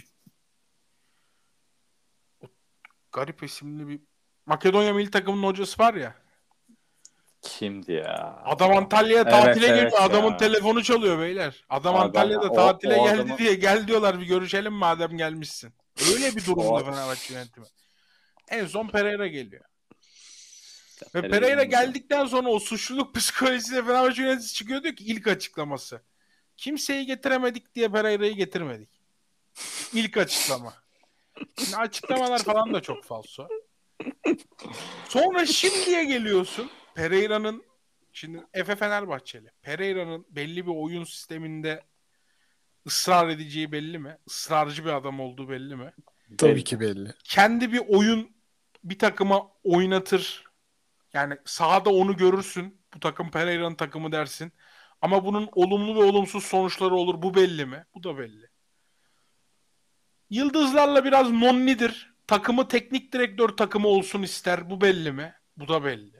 O garip isimli bir Makedonya milli takımının hocası var ya. kimdi ya? Adam Antalya'ya Evet, tatile evet geliyor. Adamın ya. telefonu çalıyor beyler. Adam Abi ben Antalya'da o- tatile o geldi adamı- diye gel diyorlar bir görüşelim madem gelmişsin. Öyle bir durumda O- Fenerbahçe yönetimi. En son Pereira geliyor. Ve Pereira'nın Pereira da- geldikten sonra o suçluluk psikolojisiyle Fenerbahçe yöneticisi çıkıyor diyor ki ilk açıklaması. Kimseyi getiremedik diye Pereira'yı getirmedik. İlk açıklama. Şimdi açıklamalar falan da çok falso. Sonra şimdiye geliyorsun. Pereira'nın şimdi Efe Fenerbahçeli. Pereira'nın belli bir oyun sisteminde ısrar edeceği belli mi? Israrcı bir adam olduğu belli mi? Tabii Belli. ki belli. Kendi bir oyun bir takıma oynatır. Yani sahada onu görürsün. Bu takım Pereira'nın takımı dersin. Ama bunun olumlu ve olumsuz sonuçları olur. Bu belli mi? Bu da belli. Yıldızlarla biraz nonnidir. Takımı teknik direktör takımı olsun ister. Bu belli mi? Bu da belli.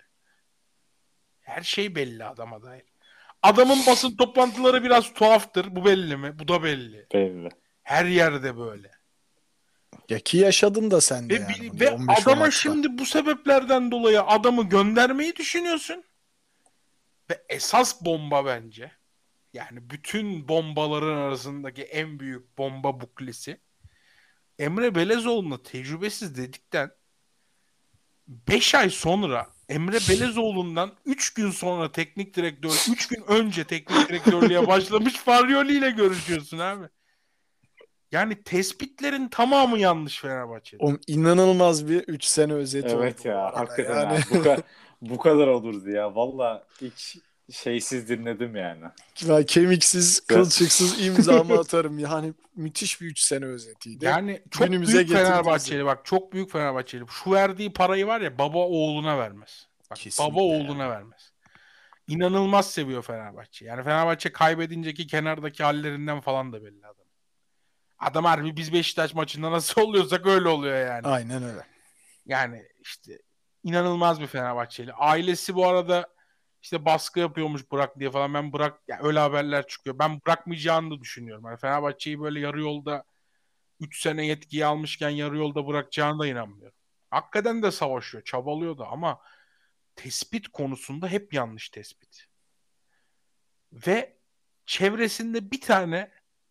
Her şey belli adama dair. Adamın basın toplantıları biraz tuhaftır. Bu belli mi? Bu da belli. Belli. Her yerde böyle. Ya ki yaşadın da sen de Ve, yani. bir- bunu. ve on beş adama on altıda. şimdi bu sebeplerden dolayı adamı göndermeyi düşünüyorsun. Ve esas bomba bence. Yani bütün bombaların arasındaki en büyük bomba buklesi. Emre Belezoğlu'na tecrübesiz dedikten beş ay sonra Emre Belezoğlu'ndan üç gün sonra teknik direktör, üç gün önce teknik direktörlüğe başlamış Faryoli ile görüşüyorsun abi. Yani tespitlerin tamamı yanlış Fenerbahçe'de. O inanılmaz bir üç sene özeti Evet oldu bu ya arada hakikaten yani. ha. Bu, ka- bu kadar olurdu ya. Valla hiç şeysiz dinledim yani. Ben kemiksiz, kılçıksız imzamı atarım. Yani müthiş bir üç sene özetiydi. Yani çok Günümüze büyük getirdi Fenerbahçeli bak çok büyük Fenerbahçeli. Şu verdiği parayı var ya baba oğluna vermez. Bak, Kesinlikle baba oğluna ya. vermez. İnanılmaz seviyor Fenerbahçe. Yani Fenerbahçe kaybedinceki kenardaki hallerinden falan da belli adam. Adam harbi biz Beşiktaş maçında nasıl oluyorsak öyle oluyor yani. Aynen öyle. Yani işte inanılmaz bir Fenerbahçeli. Ailesi bu arada işte baskı yapıyormuş bırak diye falan. Ben bırak ya öyle haberler çıkıyor. Ben bırakmayacağını da düşünüyorum. Yani Fenerbahçe'yi böyle yarı yolda üç sene yetkiyi almışken yarı yolda bırakacağına da inanmıyorum. Hakikaten de savaşıyor, çabalıyor da ama tespit konusunda hep yanlış tespit. Ve çevresinde bir tane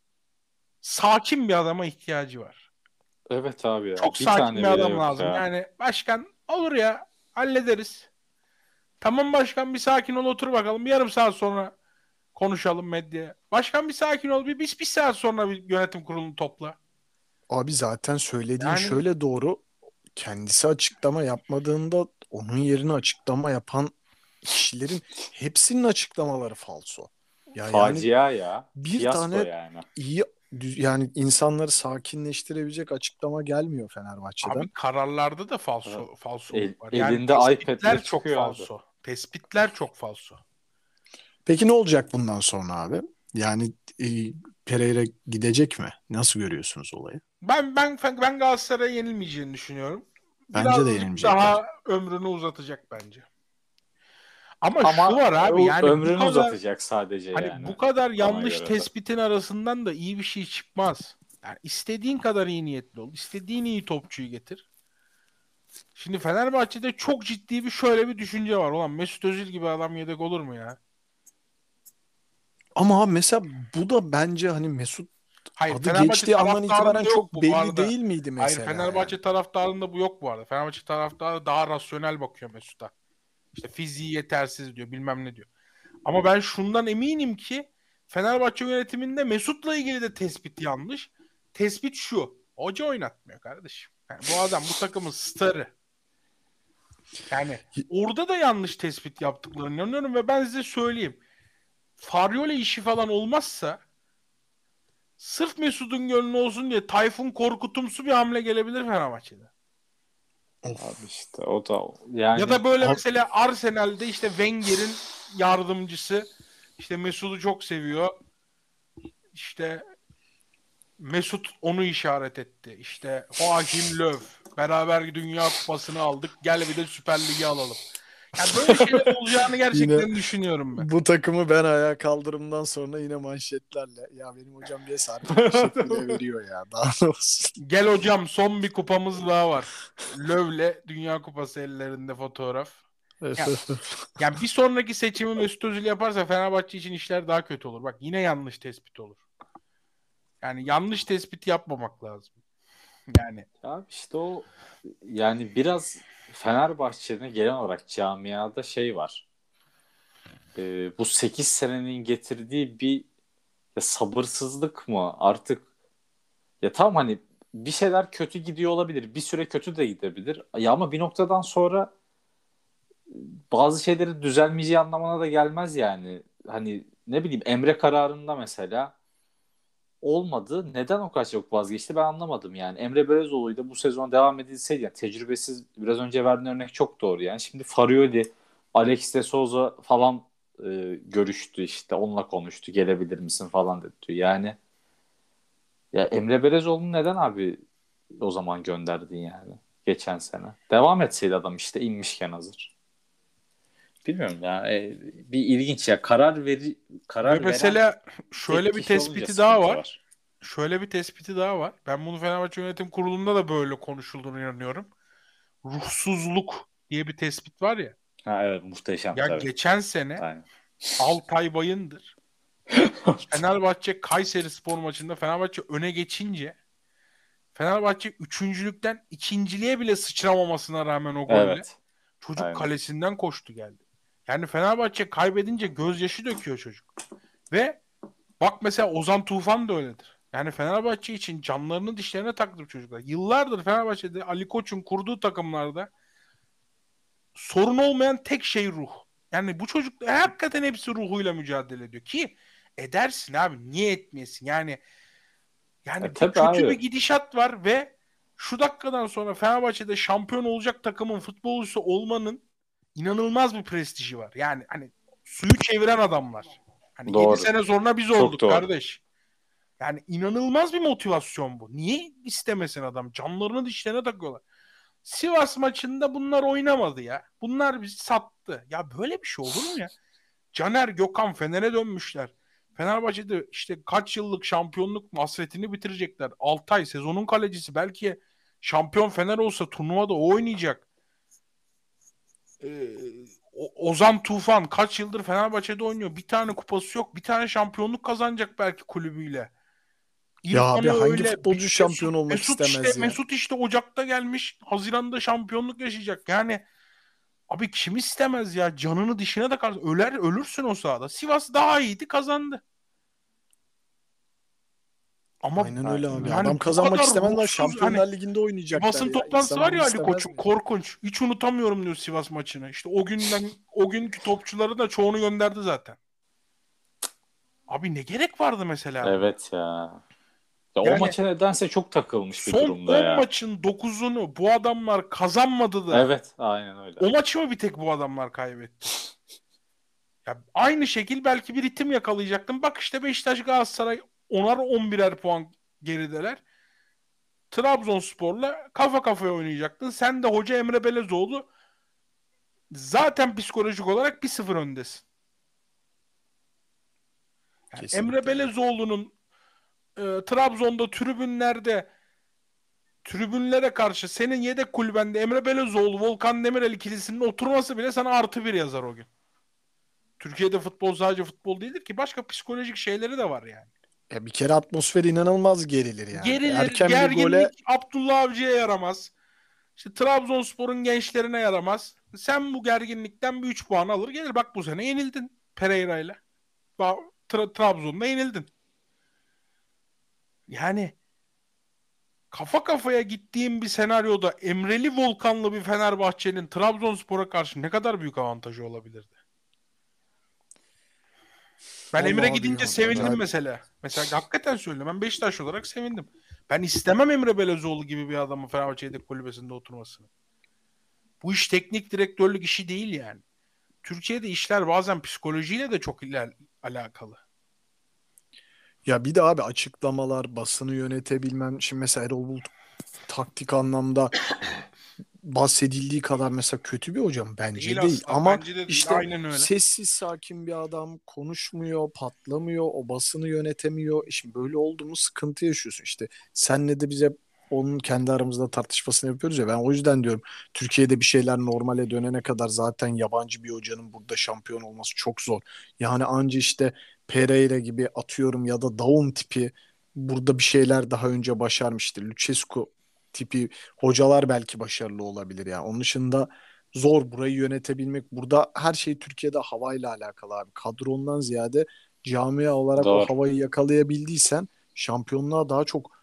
sakin bir adama ihtiyacı var. Evet abi ya. Çok Bir sakin tane bir bile adam yok lazım. ya. Yani başkan olur ya hallederiz. Tamam başkan bir sakin ol otur bakalım. Bir yarım saat sonra konuşalım medyaya. Başkan bir sakin ol. Bir, bir, bir saat sonra bir yönetim kurulunu topla. Abi zaten söylediğin Yani şöyle doğru. Kendisi açıklama yapmadığında onun yerine açıklama yapan kişilerin hepsinin açıklamaları falso. Ya yani Facia ya. bir Fiyasko tane yani. iyi düz- yani insanları sakinleştirebilecek açıklama gelmiyor abi Fenerbahçe'den. kararlarda da Ha, falso, El- falsoluk var. Yani elinde iPad'le tespitler çok çıkıyor abi. falso. Tespitler çok falso. Peki ne olacak bundan sonra abi? Yani e, Pereira gidecek mi? Nasıl görüyorsunuz olayı? Ben ben ben Galatasaray'a yenilmeyeceğini düşünüyorum. Bence de Birazcık yenilecekler. daha ömrünü uzatacak bence. Ama şu Ama var abi o yani bu ömrünü kadar uzatacak sadece hani yani. bu kadar Bana yanlış göre de. tespitin arasından da iyi bir şey çıkmaz. Yani istediğin kadar iyi niyetli ol. İstediğin iyi topçuyu getir. Şimdi Fenerbahçe'de çok ciddi bir şöyle bir düşünce var. Ulan Mesut Özil gibi adam yedek olur mu ya? Ama abi mesela bu da bence hani Mesut Hayır adı Fenerbahçe geçtiği andan itibaren taraftarında çok yok bu bu belli arada. değil miydi Hayır mesela yani? Fenerbahçe taraftarında bu yok bu arada. Fenerbahçe taraftarı daha rasyonel bakıyor Mesut'a. İşte fiziği yetersiz diyor bilmem ne diyor. Ama ben şundan eminim ki Fenerbahçe yönetiminde Mesut'la ilgili de tespit yanlış. Tespit şu. Hoca oynatmıyor kardeşim. Yani bu adam bu takımın starı. Yani orada da yanlış tespit yaptıklarını inanıyorum ve ben size söyleyeyim. Faryoli işi falan olmazsa sırf Mesut'un gönlü olsun diye Tayfun Korkutumsu bir hamle gelebilir Fenerbahçe'de. Abi işte o da yani Ya da böyle Abi- mesela Arsenal'de işte Wenger'in yardımcısı işte Mesut'u çok seviyor. İşte Mesut onu işaret etti. İşte Joachim Löw beraber Dünya Kupası'nı aldık. Gel bir de Süper Lig'i alalım. Yani böyle şeyler olacağını gerçekten Yine düşünüyorum ben. bu takımı ben ayağa kaldırımdan sonra yine manşetlerle. Ya benim hocam bir saat manşet bile veriyor ya. Daha ne olsun. Gel hocam son bir kupamız daha var. Löv'le Dünya Kupası ellerinde fotoğraf. Ya, yani bir sonraki seçimi Mesut Özil yaparsa Fenerbahçe için işler daha kötü olur. Bak yine yanlış tespit olur. Yani yanlış tespit yapmamak lazım. Yani abi işte o yani biraz Fenerbahçe'nin genel olarak camiada şey var. Ee, bu sekiz senenin getirdiği bir ya sabırsızlık mı artık ya tam hani bir şeyler kötü gidiyor olabilir. Bir süre kötü de gidebilir. Ya ama bir noktadan sonra bazı şeylerin düzelmeyeceği anlamına da gelmez yani. Hani ne bileyim Emre kararında mesela olmadı. Neden o kadar çok vazgeçti ben anlamadım yani. Emre Belözoğlu'yla bu sezon devam edilseydi yani tecrübesiz, biraz önce verdiğin örnek çok doğru yani. Şimdi Farioli, Alex de Souza falan e, görüştü işte onunla konuştu gelebilir misin falan dedi. Yani ya Emre Belözoğlu'nu neden abi o zaman gönderdin yani geçen sene? Devam etseydi adam işte inmişken hazır. Bilmiyorum ya. E, bir ilginç ya. Karar veri Ve karar veren mesela şöyle tek bir kişi olunca tespiti daha sıkıntı var. var. Şöyle bir tespiti daha var. Ben bunu Fenerbahçe Yönetim Kurulu'nda da böyle konuşulduğunu inanıyorum. Ruhsuzluk diye bir tespit var ya. Ha evet muhteşem Ya tabii. geçen sene Aynen. Altay Bayındır Fenerbahçe Kayserispor maçında Fenerbahçe öne geçince Fenerbahçe üçüncülükten ikinciliğe bile sıçramamasına rağmen o golle Evet. çocuk Aynen. kalesinden koştu geldi. Yani Fenerbahçe kaybedince gözyaşı döküyor çocuk. Ve bak mesela Ozan Tufan da öyledir. Yani Fenerbahçe için canlarını dişlerine taktı çocuklar. Yıllardır Fenerbahçe'de Ali Koç'un kurduğu takımlarda sorun olmayan tek şey ruh. Yani bu çocuk hakikaten hepsi ruhuyla mücadele ediyor ki edersin abi. Niye etmeyesin? Yani E, yani bir tabii kötü bir abi. gidişat var ve şu dakikadan sonra Fenerbahçe'de şampiyon olacak takımın futbolcusu olmanın inanılmaz bir prestiji var. Yani hani suyu çeviren adamlar. Hani yedi Doğru. sene sonra biz Çok olduk doğru. kardeş. Yani inanılmaz bir motivasyon bu. Niye istemesin adam? Canlarını dişlerine takıyorlar. Sivas maçında bunlar oynamadı ya. Bunlar bizi sattı. Ya böyle bir şey olur mu ya? Caner Gökhan Fener'e dönmüşler. Fenerbahçe'de işte kaç yıllık şampiyonluk hasretini bitirecekler. Altay sezonun kalecisi. Belki şampiyon Fener olsa turnuvada o oynayacak. Ee, Ozan Tufan kaç yıldır Fenerbahçe'de oynuyor. Bir tane kupası yok. Bir tane şampiyonluk kazanacak belki kulübüyle. Ya abi İrfan'ı hangi öyle. futbolcu şampiyon Mesut, olmak Mesut işte istemez ya? Mesut işte Ocak'ta gelmiş. Haziran'da şampiyonluk yaşayacak. Yani abi kim istemez ya? Canını dişine takar. Öler ölürsün o sahada. Sivas daha iyiydi, kazandı. Ama Aynen öyle Aynen abi. öyle. Adam yani bu kazanmak kadar istemez ama ruhsuz hani Şampiyonlar Ligi'nde bir oynayacaklar basın ya. toplantısı İnsan var bunu ya Ali istemez Koç'un mi? korkunç. Hiç unutamıyorum diyor Sivas maçını. İşte o günden o günkü topçuları da çoğunu gönderdi zaten. Abi ne gerek vardı mesela buna? Evet ya. Ya o Yani maça nedense çok takılmış bir son durumda on ya. maçın dokuzunu bu adamlar kazanmadı da Evet, aynen öyle. o maçı mı bir tek bu adamlar kaybetti? Ya aynı şekil belki bir ritim yakalayacaktım. Bak işte Beşiktaş Galatasaray onar on birer puan gerideler. Trabzonspor'la kafa kafaya oynayacaktın. Sen de Hoca Emre Belezoğlu zaten psikolojik olarak bir sıfır öndesin. Yani Emre Kesinlikle öyle. Belezoğlu'nun e, Trabzon'da tribünlerde tribünlere karşı senin yedek kulübende Emre Belezoğlu, Volkan Demirel ikilisinin oturması bile sana artı bir yazar o gün. Türkiye'de futbol sadece futbol değildir ki başka psikolojik şeyleri de var yani. Ya bir kere atmosfer inanılmaz gerilir yani. Gerilir, Erken bir gole gerginlik Abdullah Avcı'ya yaramaz. İşte Trabzonspor'un gençlerine yaramaz. Sen bu gerginlikten bir üç puan alır gelir. Bak bu sene yenildin Pereira'yla. Tra- Trabzon'da yenildin. Yani kafa kafaya gittiğim bir senaryoda Emreli Volkanlı bir Fenerbahçe'nin Trabzonspor'a karşı ne kadar büyük avantajı olabilirdi? Ben Emre vallahi gidince bilmiyorum. sevindim Yani mesela. Mesela hakikaten söylüyorum. Ben Beşiktaş olarak sevindim. Ben istemem Emre Belözoğlu gibi bir adamın Fenerbahçe yedek kulübesinde oturmasını. Bu iş teknik direktörlük işi değil yani. Türkiye'de işler bazen psikolojiyle de çok iler- alakalı. ya bir de abi açıklamalar, basını yönetebilmem. Şimdi mesela Erol Bulut taktik anlamda bahsedildiği kadar mesela kötü bir hocam bence Değil değil. asla. Ama Bence de değil. işte Aynen öyle. sessiz sakin bir adam, konuşmuyor, patlamıyor, o basını yönetemiyor. E Şimdi böyle oldu mu sıkıntı yaşıyorsun işte. Senle de bize onun kendi aramızda tartışmasını yapıyoruz ya, ben o yüzden diyorum Türkiye'de bir şeyler normale dönene kadar zaten yabancı bir hocanın burada şampiyon olması çok zor. Yani anca işte Pereira gibi atıyorum ya da Daum tipi burada bir şeyler daha önce başarmıştır. Lucescu tipi hocalar belki başarılı olabilir yani. Onun dışında zor burayı yönetebilmek. Burada her şey Türkiye'de havayla alakalı abi. Kadrondan ziyade camia olarak o Doğru. havayı yakalayabildiysen şampiyonluğa daha çok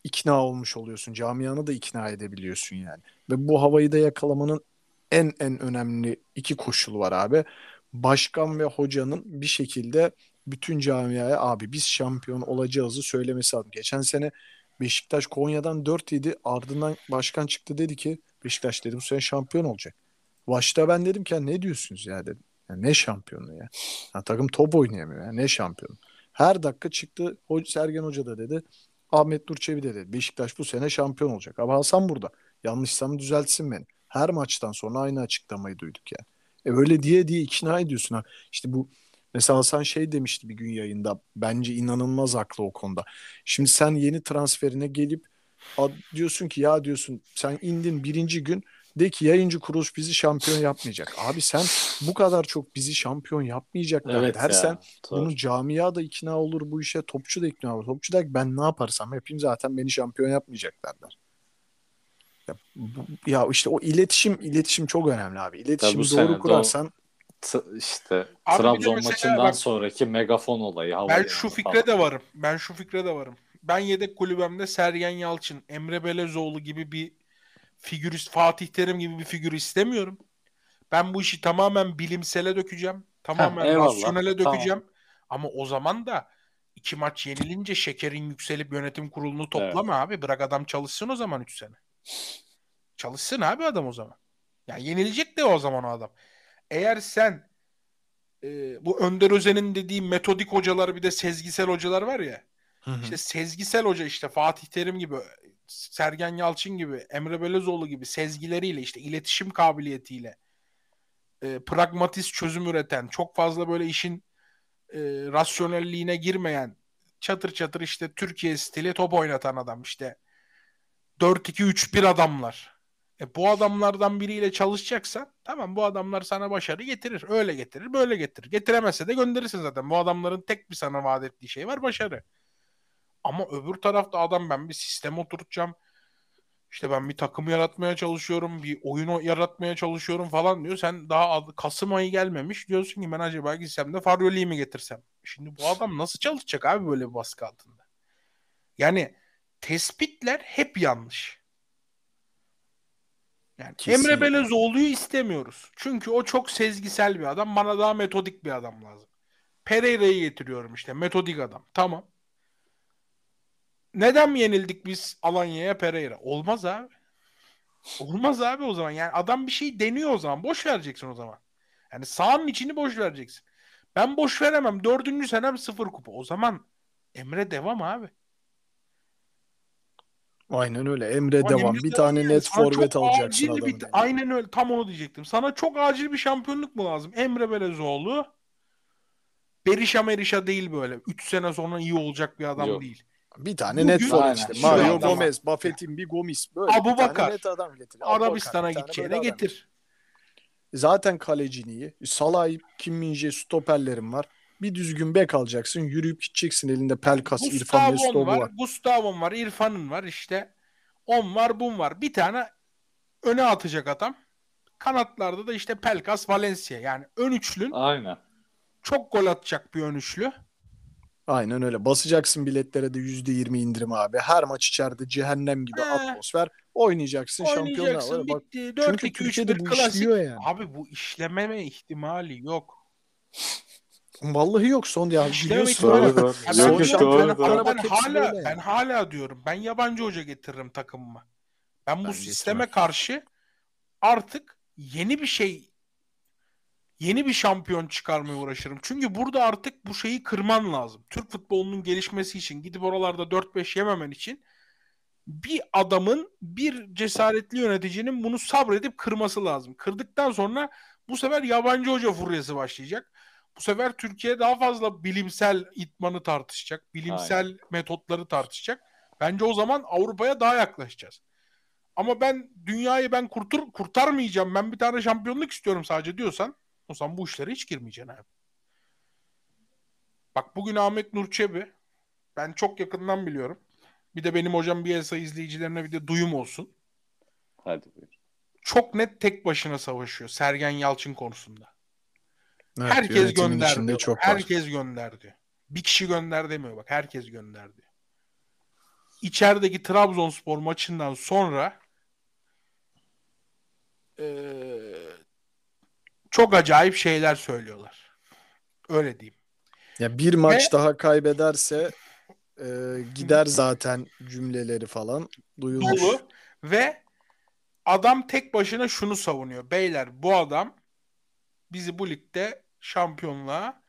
ikna olmuş oluyorsun. Camianı da ikna edebiliyorsun yani. Ve bu havayı da yakalamanın en en önemli iki koşulu var abi. Başkan ve hocanın bir şekilde bütün camiaya abi biz şampiyon olacağızı söylemesi lazım. Geçen sene Beşiktaş Konya'dan dört yedi, ardından başkan çıktı dedi ki Beşiktaş dedi bu sene şampiyon olacak. Başta ben dedim ki ya ne diyorsunuz ya dedim. Ya ne şampiyonu ya? Ya takım top oynayamıyor ya ne şampiyonu? Her dakika çıktı Ho- Sergen Hoca da dedi. Ahmet Nur Çebi de dedi. Beşiktaş bu sene şampiyon olacak. Ama Hasan burada. Yanlışsam düzeltsin beni. Her maçtan sonra aynı açıklamayı duyduk ya. E öyle diye diye ikna ediyorsun ha. İşte bu mesela Hasan şey demişti bir gün yayında. Bence inanılmaz haklı o konuda. Şimdi sen yeni transferine gelip ad- diyorsun ki ya diyorsun sen indin birinci gün de ki yayıncı kuruluş bizi şampiyon yapmayacak. Abi sen bu kadar çok bizi şampiyon yapmayacaklar Evet dersen ya. Doğru. bunun camia da ikna olur bu işe, topçu da ikna olur. Topçu der ki ben ne yaparsam yapayım zaten beni şampiyon yapmayacaklar der. Ya, bu- ya işte o iletişim iletişim çok önemli abi. Ya bu İletişimi sene doğru de o kurarsan t- işte Abi bir de Trabzon mesela maçından bak, sonraki megafon olayı ben havalimanı şu fikre falan. de varım. Ben şu fikre de varım. Ben yedek kulübemde Sergen Yalçın, Emre Belezoğlu gibi bir figür, Fatih Terim gibi bir figür istemiyorum. Ben bu işi tamamen bilimsele dökeceğim. Heh, Tamamen eyvallah. rasyonele Tamam. dökeceğim. Ama o zaman da iki maç yenilince şekerin yükselip yönetim kurulunu Evet. toplama abi. Bırak adam çalışsın o zaman üç sene. Çalışsın abi adam o zaman. Yani yenilecek de o zaman o adam. Eğer sen e, bu Önder Özen'in dediği metodik hocalar bir de sezgisel hocalar var ya. hı hı. İşte sezgisel hoca işte Fatih Terim gibi, Sergen Yalçın gibi, Emre Belözoğlu gibi sezgileriyle işte iletişim kabiliyetiyle e, pragmatist çözüm üreten, çok fazla böyle işin e, rasyonelliğine girmeyen, çatır çatır işte Türkiye stili top oynatan adam işte dört iki üç bir adamlar. E, bu adamlardan biriyle çalışacaksan tamam bu adamlar sana başarı getirir. Öyle getirir, böyle getirir. Getiremezse de gönderirsin zaten. Bu adamların tek bir sana vaat ettiği şey var başarı. Ama öbür tarafta adam ben bir sistem oturtacağım. İşte ben bir takım yaratmaya çalışıyorum, bir oyun o- yaratmaya çalışıyorum falan diyor. Sen daha ad- Kasım ayı gelmemiş diyorsun ki ben acaba gitsem de Faryoli'yi mi getirsem? Şimdi bu adam nasıl çalışacak abi böyle bir baskı altında? Yani tespitler hep yanlış. Yani Emre Kesinlikle. Belözoğlu'yu istemiyoruz. Çünkü o çok sezgisel bir adam. Bana daha metodik bir adam lazım. Pereira'yı getiriyorum işte. Metodik adam. Tamam. Neden mi yenildik biz Alanya'ya Pereira? Olmaz abi. Olmaz abi o zaman. Yani adam bir şey deniyor o zaman. Boş vereceksin o zaman. Yani sahanın içini boş vereceksin. Ben boş veremem. Dördüncü senem sıfır kupa. O zaman Emre devam abi. Aynen öyle. Emre Ama Emre devam. Bir devam tane yani. net Sana çok forvet alacaksın acil bir... adamın eline. Aynen öyle. Tam onu diyecektim. Sana çok acil bir şampiyonluk mu lazım? Emre Belezoğlu Berişa Merişa değil böyle. Üç sene sonra iyi olacak bir adam Yok. değil. değil. Bir tane net Bugün forvet Aynen. işte. iyi bir Şöyle Mario adam diyeyim. abi. Gomez, Buffett'in bir Gomis. Böyle bir Abu tane Bakar. net adam getir. Abubakar bir Arabistan'a tane böyle gideceğine adam getir. getir. Zaten kalecin iyi. Salah, Kim Min-jae stoperlerin var. Bir düzgün bek alacaksın. Yürüyüp gideceksin elinde Yani Pelkas, İrfan Gustavon Mesut bu var, var. Gustavon var, İrfan'ın var işte. On var, bun var. Bir tane öne atacak adam. Kanatlarda da işte Pelkas, Valencia. Yani ön üçlün Aynen. çok gol atacak bir ön üçlü. Aynen öyle. Basacaksın biletlere de yüzde yirmi indirim abi. Her maç içeride cehennem gibi He, atmosfer. Oynayacaksın şampiyonlar var. oynayacaksın Bak bitti. Dört çünkü iki üç bir Türkiye'de bu işliyor klasik. yani. Abi bu işlememe ihtimali yok. Vallahi yok son ya İşlememe gülüyorsun ihtimali ama Doğru yok. doğru. Ya son Yok ben yok diyorum ki doğru ama şampiyonluklara doğru. ben bak hepsi böyle hala yani. ben hala diyorum. Ben yabancı hoca getiririm takımıma. Ben bu Ben getirmem. sisteme karşı artık yeni bir şey yeni bir şampiyon çıkarmaya uğraşırım. Çünkü burada artık bu şeyi kırman lazım. Türk futbolunun gelişmesi için gidip oralarda dört beş yememen için bir adamın, bir cesaretli yöneticinin bunu sabredip kırması lazım. Kırdıktan sonra bu sefer yabancı hoca furyası başlayacak. Bu sefer Türkiye daha fazla bilimsel itmanı tartışacak. Aynen. Bilimsel metotları tartışacak. Bence o zaman Avrupa'ya daha yaklaşacağız. Ama ben dünyayı ben kurtur, kurtarmayacağım. Ben bir tane şampiyonluk istiyorum sadece diyorsan o zaman bu işlere hiç girmeyeceksin abi. Bak bugün Ahmet Nur Çebi ben çok yakından biliyorum. Bir de benim hocam bir Bielsa izleyicilerine bir de duyum olsun. Hadi buyur. Çok net tek başına savaşıyor Sergen Yalçın konusunda. Evet Herkes yönetimin gönder içinde diyor. Bak. çok var. Herkes gönder diyor. Bir kişi gönder demiyor bak. Herkes gönder diyor. içerideki Trabzonspor maçından sonra eee, çok acayip şeyler söylüyorlar. Öyle diyeyim. Ya bir Ve maç daha kaybederse e, gider zaten cümleleri falan duyulmuş. dolu ve adam tek başına şunu savunuyor. Beyler, bu adam bizi bu ligde şampiyonluğa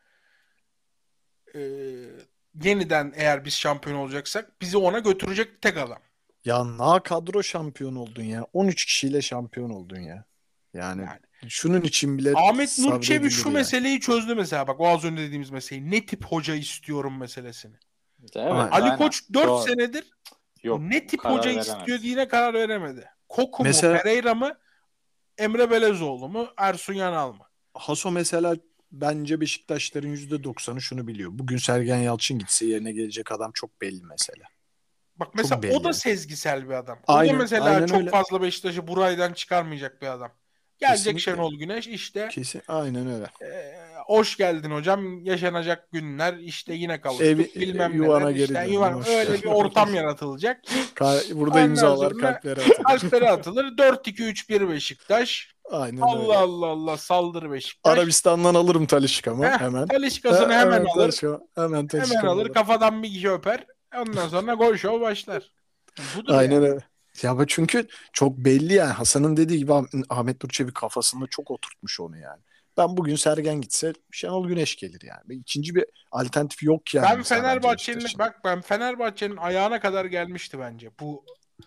e, yeniden, eğer biz şampiyon olacaksak, bizi ona götürecek tek adam. Ya na kadro şampiyon oldun ya. on üç kişiyle şampiyon oldun ya. Yani Yani şunun için bile Ahmet Nur Çebi sabredilir şu yani. meseleyi çözdü mesela. Bak, o az önce dediğimiz meseleyi. Ne tip hoca istiyorum meselesini. Evet, Aynen. Ali aynen. Koç dört Doğru. senedir Yok, ne tip karar hoca veremedi. istiyor diye karar veremedi. Koku mu, Mesela- Pereira mı, Emre Belezoğlu mu, Ersun Yanal mı? Haso mesela bence Beşiktaşların yüzde doksanı şunu biliyor. Bugün Sergen Yalçın gitse yerine gelecek adam çok belli mesela. Bak mesela belli o da yani. sezgisel bir adam. O da Aynen, mesela aynen çok öyle. fazla Beşiktaş'ı buraydan çıkarmayacak bir adam. Gelecek Kesinlikle. Şenol Güneş, işte Kesin aynen öyle. e, hoş geldin hocam, yaşanacak günler, işte yine kavuştuk, Evi- bilmem yuvana neler, geri işte döndün, yuvan, hoş öyle geldin. bir ortam yaratılacak. Ka- Burada Ondan imzalar sonra kalplere atılır. Alplere atılır. dört iki üç bir Beşiktaş. Aynen Allah öyle. Allah Allah, saldır Beşiktaş. Arabistan'dan alırım Talisca'mı Heh, hemen. Talişkasını Ha, hemen alır. Talisca, hemen Hemen Talisca'mı alır. alırım. Kafadan bir kişi öper. Ondan sonra gol show başlar. Budur Aynen yani. öyle. Ya bu çünkü çok belli yani. Hasan'ın dediği gibi Ah- Ahmet Nur Çebi kafasında çok oturtmuş onu yani. Ben bugün Sergen gitse Şenol Güneş gelir yani. Ve İkinci bir alternatif yok yani Ben mesela bence Fenerbahçe'nin Beşiktaş'ın. bak ben Fenerbahçe'nin ayağına kadar gelmişti bence. Bu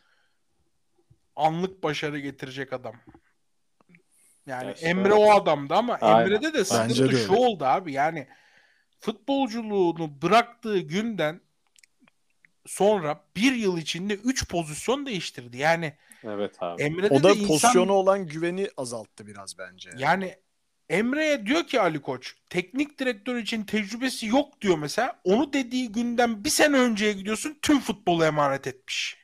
anlık başarı getirecek adam. Yani Gerçekten Emre evet. o adamdı ama Aynen. Emre'de de sıkıntı Bence de şu öyle. oldu abi. Yani futbolculuğunu bıraktığı günden sonra bir yıl içinde üç pozisyon değiştirdi. Yani Evet abi. Emre'de O de da insan, pozisyona olan güveni azalttı biraz bence. yani Emre'ye diyor ki Ali Koç, teknik direktör için tecrübesi yok diyor mesela. Onu dediği günden bir sene önceye gidiyorsun, tüm futbolu emanet etmiş.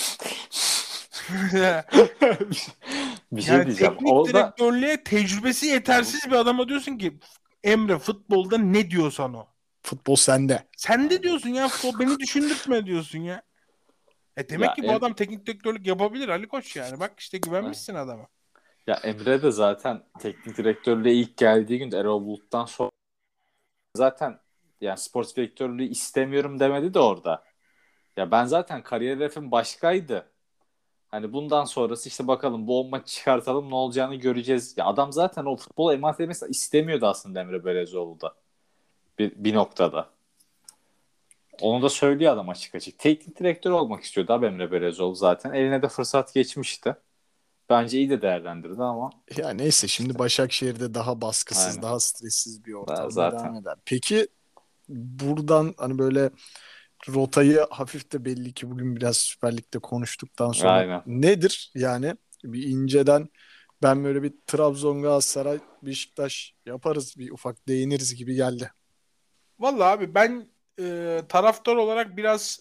Bir şey Yani diyeceğim. teknik O da direktörlüğe tecrübesi yetersiz bir adama diyorsun ki Emre, futbolda ne diyorsan o. Futbol sende. Sen de diyorsun ya, futbol beni düşündürtme diyorsun ya. E demek Ya ki bu em- adam teknik direktörlük yapabilir Ali Koç yani. Bak işte, güvenmişsin adama. ya Emre de zaten teknik direktörlüğe ilk geldiği gün Erol Bulut'tan sonra zaten yani spor direktörlüğü istemiyorum demedi de orada. Ya ben zaten kariyer hedefim başkaydı. Hani bundan sonrası işte bakalım bu on maçı çıkartalım, ne olacağını göreceğiz. Ya adam zaten o futbolu emanet etmesi istemiyordu aslında Emre Belezoğlu da. Bir, bir noktada. Onu da söylüyor adam açık açık. Teknik direktör olmak istiyordu abi Emre Belezoğlu zaten. Eline de fırsat geçmişti. Bence iyi de değerlendirdi ama Ya neyse şimdi Başakşehir'de daha baskısız, Aynen. daha stressiz bir ortamda zaten. devam eder. Peki buradan hani böyle rotayı hafif de belli ki bugün biraz Süper Lig'de konuştuktan sonra Aynen. nedir? Yani bir inceden ben böyle bir Trabzon, Galatasaray, Beşiktaş yaparız, bir ufak değiniriz gibi geldi. Vallahi abi ben e, taraftar olarak biraz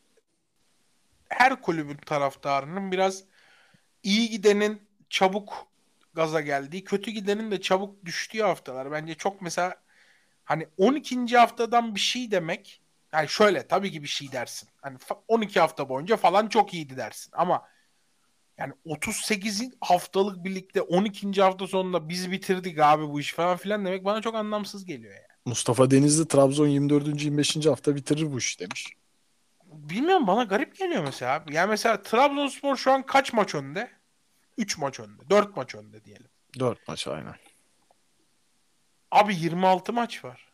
her kulübün taraftarının biraz iyi gidenin çabuk gaza geldiği, kötü gidenin de çabuk düştüğü haftalar. Bence çok, mesela hani on ikinci haftadan bir şey demek, yani şöyle tabii ki bir şey dersin. Hani fa- on iki hafta boyunca falan çok iyiydi dersin. Ama yani otuz sekiz haftalık birlikte on ikinci hafta sonunda biz bitirdik abi bu işi falan filan demek bana çok anlamsız geliyor yani. Mustafa Denizli Trabzon yirmi dördüncü yirmi beşinci hafta bitirir bu işi demiş. Bilmiyorum, bana garip geliyor mesela abi. Yani mesela Trabzonspor şu an kaç maç önde? üç maç önde. dört maç önde diyelim. dört maç aynen. Abi yirmi altı maç var.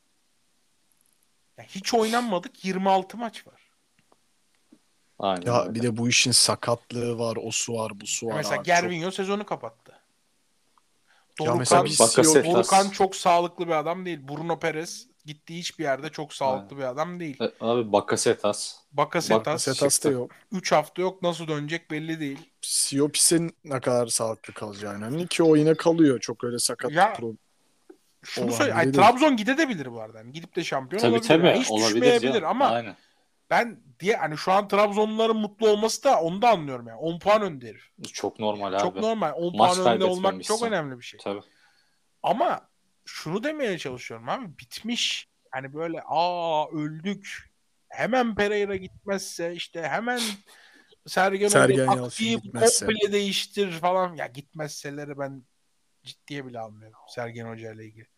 Ya hiç oynanmadık, yirmi altı maç var. Aynen Ya öyle. bir de bu işin sakatlığı var, o su var, bu su Ya var. mesela abi. Gervinho sezonu kapattı. Ya mesela Dorukhan, bir Bakasetas. C E O Dorukhan çok sağlıklı bir adam değil. Bruno Perez gittiği hiçbir yerde çok sağlıklı Aynen. bir adam değil. E, Abi Bakasetas. Bakasetas Setas da yok. üç hafta yok, nasıl dönecek belli değil. Siopis'in ne kadar sağlıklı kalacağı önemli ki o yine kalıyor. Çok öyle sakat Ya, pro. Şunu olan söyle, biri ay, değil. Trabzon gidebilir bu arada. Yani gidip de şampiyon Tabii olabilir. tabii Yani hiç olabilir düşmeyebilir canım. ama Aynen. ben diye hani şu an Trabzonluların mutlu olması da, onu da anlıyorum yani. on puan önde herif. Çok normal Çok abi. normal. on Maç puan önde olmak çok kaybetmemişsin. önemli bir şey. Tabii. Ama şunu demeye çalışıyorum abi. Bitmiş. Hani böyle aa öldük. hemen Pereira gitmezse işte hemen Sergen, Sergen Hoca Yalçın taktiği gitmezse. komple değiştirir falan. Ya gitmezseleri ben ciddiye bile almıyorum Sergen Hoca ile ilgili.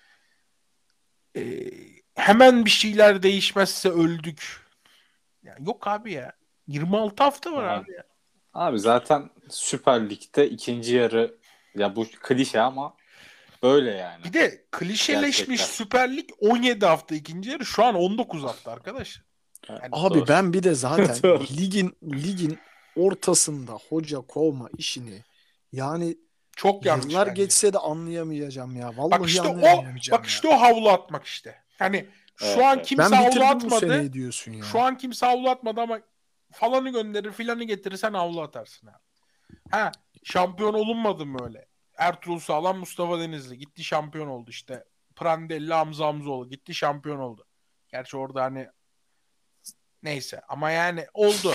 Ee, hemen bir şeyler değişmezse öldük. Ya yok abi ya. yirmi altı hafta var Aha. abi ya. Abi zaten Süper Lig'de ikinci yarı, ya bu klişe ama böyle yani. Bir de klişeleşmiş Gerçekten. Süper Lig on yedi hafta ikinci yarı. Şu an on dokuz hafta arkadaş. Yani Abi doğru. ben bir de zaten Doğru. ligin ligin ortasında hoca kovma işini yani Çok yanlış yıllar bence. geçse de anlayamayacağım ya. Vallahi Bak işte o anlayamayacağım bak ya. işte o havlu atmak işte. Hani şu Evet, an evet. kimse Ben havlu bitirdim bu atmadı. seneyi diyorsun ya. Şu an kimse havlu atmadı ama falanı gönderir filanı getirirsen havlu atarsın abi. Ha şampiyon olunmadı mı öyle? Ertuğrul Sağlam, Mustafa Denizli gitti şampiyon oldu işte. Prandelli, Hamza Hamzoğlu gitti şampiyon oldu. Gerçi orada hani neyse ama yani oldu.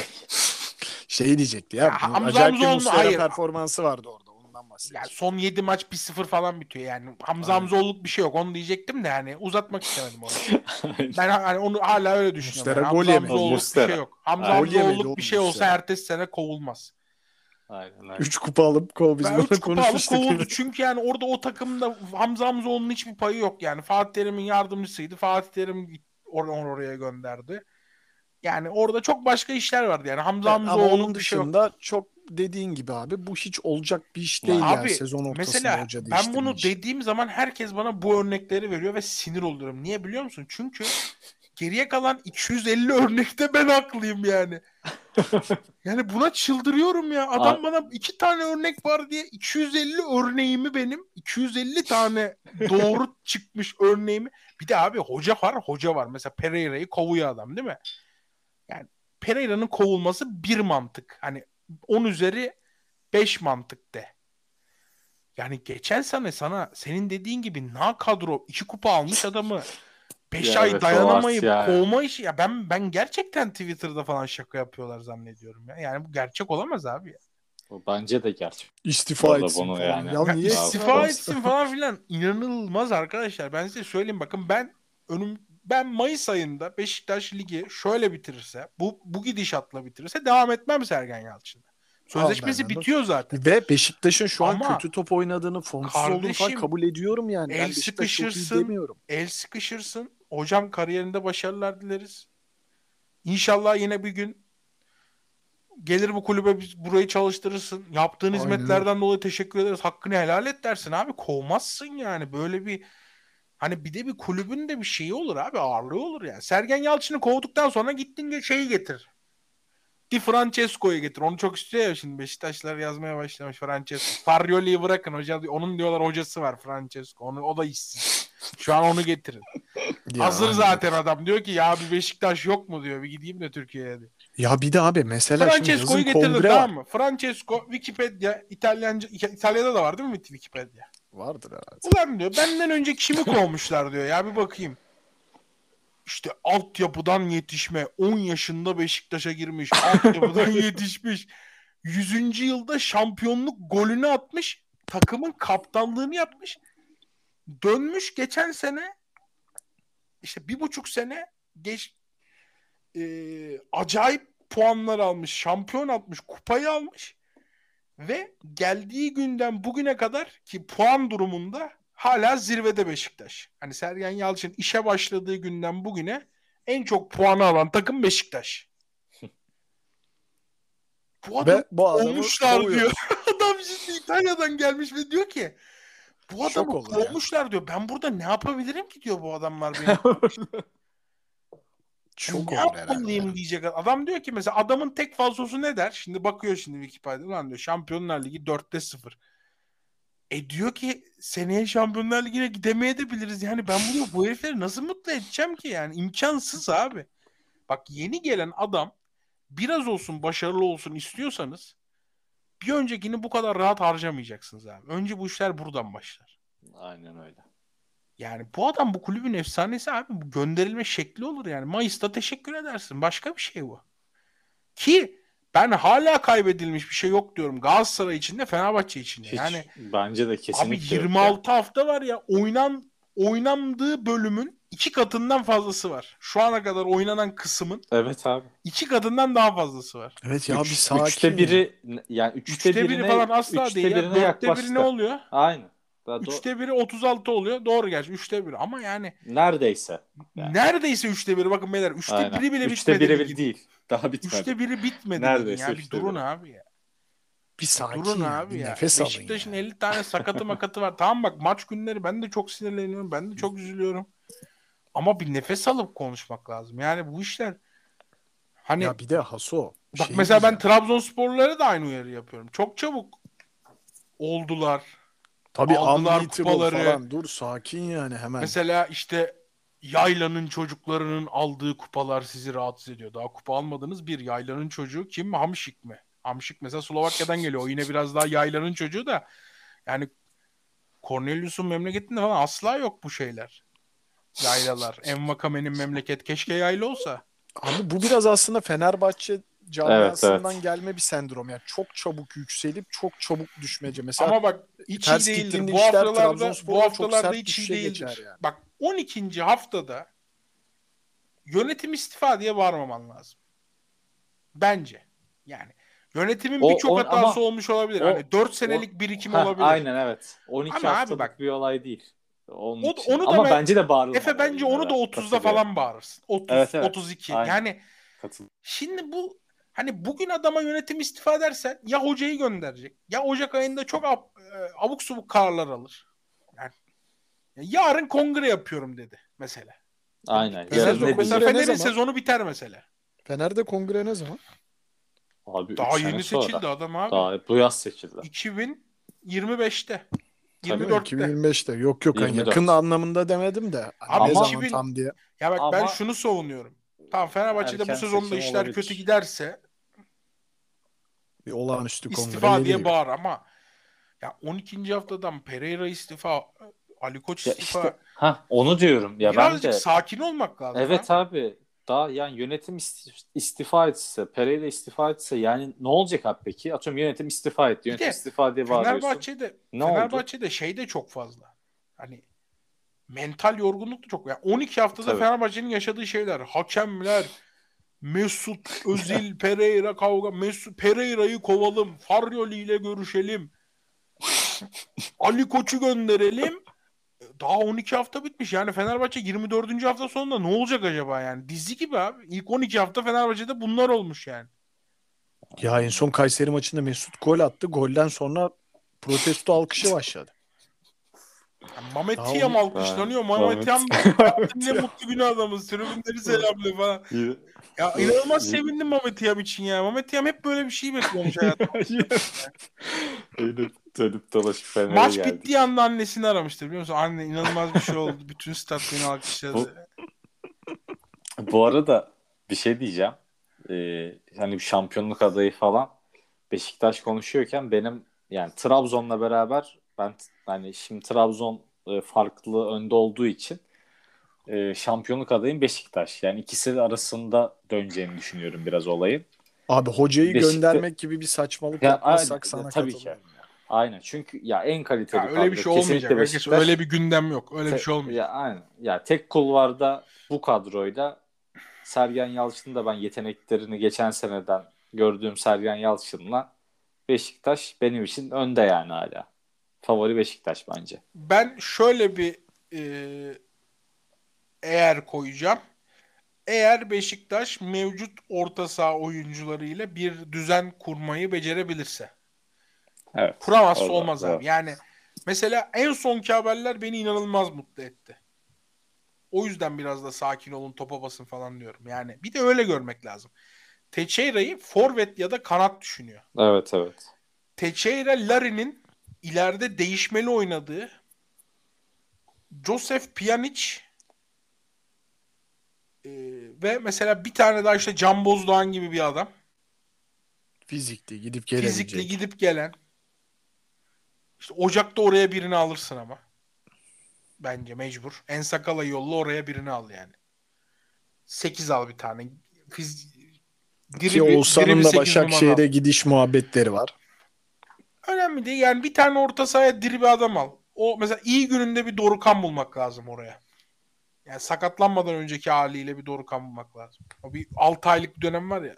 Şey diyecekti ya. Ya Hamza acayip bir Hamzoğlu'nun- Muslera hayır. performansı vardı orada. Ondan Yani bahsediyorsun. son yedi maç bir sıfır falan bitiyor yani. Hamza Aynen. Hamzoğlu'luk bir şey yok. Onu diyecektim de hani uzatmak istemedim onu. Ben hani onu hala öyle düşünüyorum. Muslera Yani gol Hamza yemedi. Hamzoğlu'luk bir Muslera. şey yok. Hamza Aynen. Gol yemedi Hamzoğlu'luk oğlum bir şey olsa Muslera. ertesi sene kovulmaz. Aynen öyle. Üç kupa alıp kov biz Ben bunu üç kupa alıp konuşmuştuk. kovuldu. Çünkü yani orada o takımda Hamza Hamzoğlu'nun hiçbir payı yok yani. Fatih Terim'in yardımcısıydı. Fatih Terim oradan oraya gönderdi. Yani orada çok başka işler vardı yani. Hamza Evet, ama Hamzoğlu'nun onun bir şey yok. dışında çok dediğin gibi abi bu hiç olacak bir iş değil Abi yani sezon ortasında mesela hoca ben değiştirme bunu işi. dediğim zaman herkes bana bu örnekleri veriyor ve sinir oluyorum. Niye biliyor musun? Çünkü geriye kalan iki yüz elli örnekte ben haklıyım yani. Yani buna çıldırıyorum ya. Adam Abi- bana iki tane örnek var diye iki yüz elli örneğimi benim iki yüz elli tane doğru çıkmış örneğimi. Bir de abi hoca var, hoca var. Mesela Pereira'yı kovuyor adam değil mi? Yani Pereira'nın kovulması bir mantık. Hani on üzeri beş mantık de. Yani geçen sene sana senin dediğin gibi na kadro iki kupa almış adamı beş Ya ay evet, o dayanamayıp Asya- kovma işi ya ben ben gerçekten Twitter'da falan şaka yapıyorlar zannediyorum ya. Yani bu gerçek olamaz abi ya. O bence de gerçek. İstifa Orada etsin bunu falan. yani. Ya Ya niye istifa Abi, etsin falan filan inanılmaz arkadaşlar. Ben size söyleyeyim bakın ben önüm ben Mayıs ayında Beşiktaş ligi şöyle bitirirse bu bu gidişatla bitirirse devam etmem Sergen Yalçın'da. Sözleşmesi Al ben de. bitiyor zaten. Ve Beşiktaş'ın şu an Ama kötü top oynadığını, formsuz olduğunu falan kardeşim, kabul ediyorum yani. el Ben Beşiktaş çok iyi sıkışırsın. demiyorum. El sıkışırsın. Hocam kariyerinde başarılar dileriz. İnşallah yine bir gün gelir bu kulübe biz burayı çalıştırırsın. Yaptığın Aynen hizmetlerden dolayı teşekkür ederiz. Hakkını helal et dersin abi. Kovmazsın yani. Böyle bir hani bir de bir kulübün de bir şeyi olur abi. Ağırlığı olur yani. Sergen Yalçın'ı kovduktan sonra gittin şeyi getir. Di Francesco'yu getir. Onu çok istiyor ya şimdi. Beşiktaşlar yazmaya başlamış Francesco. Farioli'yi bırakın. Hoca, onun diyorlar hocası var Francesco. Onu, o da işsiz. Şu an onu getirin. Ya, Hazır aynen. zaten adam. Diyor ki ya bir Beşiktaş yok mu diyor. Bir gideyim de Türkiye'ye diyor. Ya bir de abi mesela şimdi yazın Francesco'yu getirdin kongre var. tamam mı? Francesco, Wikipedia, İtalyanca, İtalya'da da var değil mi Wikipedia? Vardır herhalde. Ulan diyor benden önce kimi kovmuşlar diyor ya bir bakayım. İşte altyapıdan yetişme. on yaşında Beşiktaş'a girmiş. Altyapıdan yetişmiş. yüzüncü yılda şampiyonluk golünü atmış. Takımın kaptanlığını yapmış. Dönmüş geçen sene işte bir buçuk sene geç e, acayip puanlar almış. Şampiyon atmış. Kupayı almış. Ve geldiği günden bugüne kadar ki puan durumunda hala zirvede Beşiktaş. Hani Sergen Yalçın işe başladığı günden bugüne en çok puanı alan takım Beşiktaş. Bu adam Ve bu adamı olmuşlar kovuyor. diyor. Adam şimdi İtalya'dan gelmiş ve diyor ki bu Şok adamı olur ya. kovmuşlar diyor. Ben burada ne yapabilirim ki diyor bu adamlar benim. Çok ne olur herhalde. yapmalıyım diyecek. Adam diyor ki mesela adamın tek falsosu ne der? Şimdi bakıyor şimdi Wikipedia'da. Ulan diyor Şampiyonlar Ligi dörtte sıfır. E diyor ki seneye Şampiyonlar Ligi'ne gidemeyebiliriz. Yani ben bunu bu herifleri nasıl mutlu edeceğim ki yani? İmkansız abi. Bak yeni gelen adam biraz olsun başarılı olsun istiyorsanız bir öncekini bu kadar rahat harcamayacaksınız abi. Önce bu işler buradan başlar. Aynen öyle. Yani bu adam bu kulübün efsanesi abi. Bu gönderilme şekli olur yani. Mayıs'ta teşekkür edersin. Başka bir şey bu. Ki ben hala kaybedilmiş bir şey yok diyorum. Galatasaray için de Fenerbahçe için de. Hiç, Yani bence de kesinlikle abi yok yirmi altı hafta var ya oynan oynandığı bölümün iki katından fazlası var. Şu ana kadar oynanan kısmın Evet abi. iki katından daha fazlası var. Evet ya Üç- bir sakin. üçte ya. biri yani üçte, Üçte biri birine, falan asla üçte değil ya. birine Dörtte yaklaştı. biri ne oluyor? Aynen. Daha do- Üçte biri otuz altı oluyor. Doğru gerçi. Üçte biri. Ama yani Neredeyse. Yani. neredeyse üçte biri. Bakın beyler. Üçte Aynen. biri bile Üçte bitmedi biri ligin. bir değil. Daha bitmedi. Üçte biri bitmedi Neredeyse ligin ya. Bir üçte durun biri. abi ya. Bir sakin Durun ya. abi Bir ya. nefes alın Beşiktaş'ın ya. elli tane sakatı makatı var. Tamam bak maç günleri ben de çok sinirleniyorum. Ben de çok üzülüyorum. Ama bir nefes alıp konuşmak lazım. Yani bu işler hani Ya bir de Haso. bak şey mesela ben diyeceğim. Trabzonsporlulara da aynı uyarı yapıyorum. Çok çabuk oldular. Tabii aldılar unbeatable kupaları. falan. Dur sakin yani hemen. Mesela işte Yayla'nın çocuklarının aldığı kupalar sizi rahatsız ediyor. Daha kupa almadınız. Bir Yayla'nın çocuğu kim? Hamşik mi? Hamşik mesela Slovakya'dan geliyor. O yine biraz daha Yayla'nın çocuğu da yani Cornelius'un memleketinde falan asla yok bu şeyler. Yaylalar. Envakame'nin memleket. Keşke yayla olsa. Abi bu biraz aslında Fenerbahçe camiasından evet. gelme bir sendrom. Yani çok çabuk yükselip çok çabuk düşmece. Mesela Ama bak hiç iyi ters değildir. gittiğinde Bu işler haftalarda, Trabzonspor'da bu çok haftalarda sert hiç iyi düşüşe değildir. geçer yani. Bak on ikinci haftada yönetim istifa diye bağırmaman lazım. Bence. Yani yönetimin O- birçok on- hatası ama olmuş olabilir. o- Hani dört senelik birikim Heh, olabilir. Aynen evet. on iki Ama abi haftalık bak, bir olay değil. Onun O, için. onu da Ama ben, bence de bağırılmamalı. Efe bence yine onu de. da otuzda Katılıyorum. falan bağırırsın. otuz, Evet, evet. otuz iki. Aynen. Yani Katıl- şimdi bu hani bugün adama yönetim istifa edersen ya hocayı gönderecek ya Ocak ayında çok ab- e, abuk subuk kararlar alır. Yani ya yarın kongre yapıyorum dedi mesela. Aynen. Fener Yarın de ne Sezon, mesela kongre ne Fener'in zaman? sezonu biter mesela. Fener'de kongre ne zaman? Abi Daha üç sene yeni sonra. seçildi adam abi. Daha bu yaz seçildi. iki bin yirmi beşte. Tabii. yirmi dörtte. iki bin yirmi beşte. Yok yok hani yirmi dört. yakın anlamında demedim de. Hani Abi ne Ama- zaman iki bin tam diye. Ya bak ben Ama- şunu savunuyorum. Tamam Fenerbahçe'de Erken bu sezonda seçim işler olabilir. kötü giderse Bir olağanüstü kongre İstifa diye geliyor. bağır ama ya on ikinci haftadan Pereira istifa, Ali Koç Ya istifa. işte ha onu diyorum ya ben Birazcık de. sakin olmak lazım. Evet abi. abi. Daha yani yönetim ist- istifa etse, Pereira istifa etse yani ne olacak abi peki? Atıyorum yönetim istifa etti. Bir Yönetim de istifa diye bağırıyorsun. Fenerbahçe'de Ne oldu? Fenerbahçe'de şey de çok fazla. Hani mental yorgunluk da çok. Yani on iki haftada Tabii. Fenerbahçe'nin yaşadığı şeyler, hakemler, Mesut Özil, Pereira kavga, Mesut Pereira'yı kovalım, Faryoli ile görüşelim. Ali Koç'u gönderelim. Daha on iki hafta bitmiş. Yani Fenerbahçe yirmi dördüncü hafta sonunda ne olacak acaba yani? Dizi gibi abi. İlk on iki hafta Fenerbahçe'de bunlar olmuş yani. Ya en son Kayseri maçında Mesut gol attı. Golden sonra protesto alkışı başladı. Yani Mehmet Daha Tiyam onu- alkışlanıyor. Ha, Mehmet Tiyam Mehmet- ne mutlu günü adamız. Tribünleri selamlıyor falan. İyi. Ya inanılmaz İyi. sevindim Mehmet Tiyam için ya. Mehmet Tiyam hep böyle bir şey bekliyormuş hayatım. Öyle dönüp dolaşıp Fener'e Maç geldik. bittiği anda annesini aramıştır biliyor musun? Anne inanılmaz bir şey oldu. Bütün stat beni alkışladı. Bu arada bir şey diyeceğim. Ee, hani bir şampiyonluk adayı falan Beşiktaş konuşuyorken benim yani Trabzon'la beraber ben hani şimdi Trabzon e, farklı önde olduğu için e, şampiyonluk adayım Beşiktaş. Yani ikisi arasında döneceğini düşünüyorum biraz olayın. Abi hocayı Beşikta- göndermek gibi bir saçmalık Ya, yapmazsak aynen, sana ya, tabii ki. katılıyorum. ya. Aynen. Çünkü ya en kaliteli Ya öyle bir kadro şey kesinlikle olmayacak. Herkes Beşiktaş. öyle bir gündem yok. Öyle bir Te- şey olmayacak. Ya aynen. Ya tek kulvarda bu kadroyla Sergen Yalçın'ın da ben yeteneklerini geçen seneden gördüğüm Sergen Yalçın'la Beşiktaş benim için önde yani hala. Favori Beşiktaş bence. Ben şöyle bir e, eğer koyacağım. Eğer Beşiktaş mevcut orta saha oyuncularıyla bir düzen kurmayı becerebilirse. Evet. Kuramazsa O da- olmaz evet. abi. Yani mesela en sonki haberler beni inanılmaz mutlu etti. O yüzden biraz da sakin olun, topa basın falan diyorum. Yani bir de öyle görmek lazım. Teixeira'yı forvet ya da kanat düşünüyor. Evet evet. Teixeira Larin'in ileride değişmeli oynadığı Joseph Pjanic e, ve mesela bir tane daha işte Can Bozdoğan gibi bir adam. Fizikli gidip gelebilecek. Fizikli gidip gelen. İşte Ocak'ta oraya birini alırsın ama. Bence mecbur. En Sakala yolla oraya birini al yani. sekiz al bir tane. Fiz... Diri Ki bir- diri Oğuzhan'ın bir da sekiz Başakşehir'e numara al. gidiş muhabbetleri var. Önemli değil. Yani bir tane orta sahaya diri bir adam al. O mesela iyi gününde bir Dorukhan bulmak lazım oraya. Yani sakatlanmadan önceki haliyle bir Dorukhan bulmak lazım. O bir altı aylık bir dönem var ya.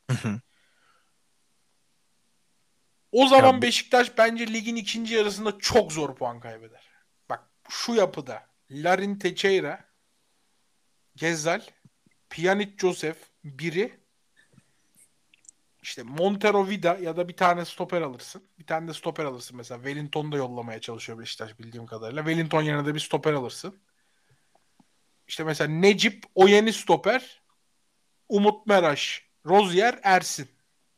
O zaman Ya bu- Beşiktaş bence ligin ikinci yarısında çok zor puan kaybeder. Bak şu yapıda Larin Teixeira, Gezzal, Pjanic Joseph biri, işte Montero Vida ya da bir tane stoper alırsın. Bir tane de stoper alırsın mesela. Wellington'u da yollamaya çalışıyor Beşiktaş bildiğim kadarıyla. Wellington yerine de bir stoper alırsın. İşte mesela Necip, o yeni stoper, Umut Meraş, Rozier, Ersin.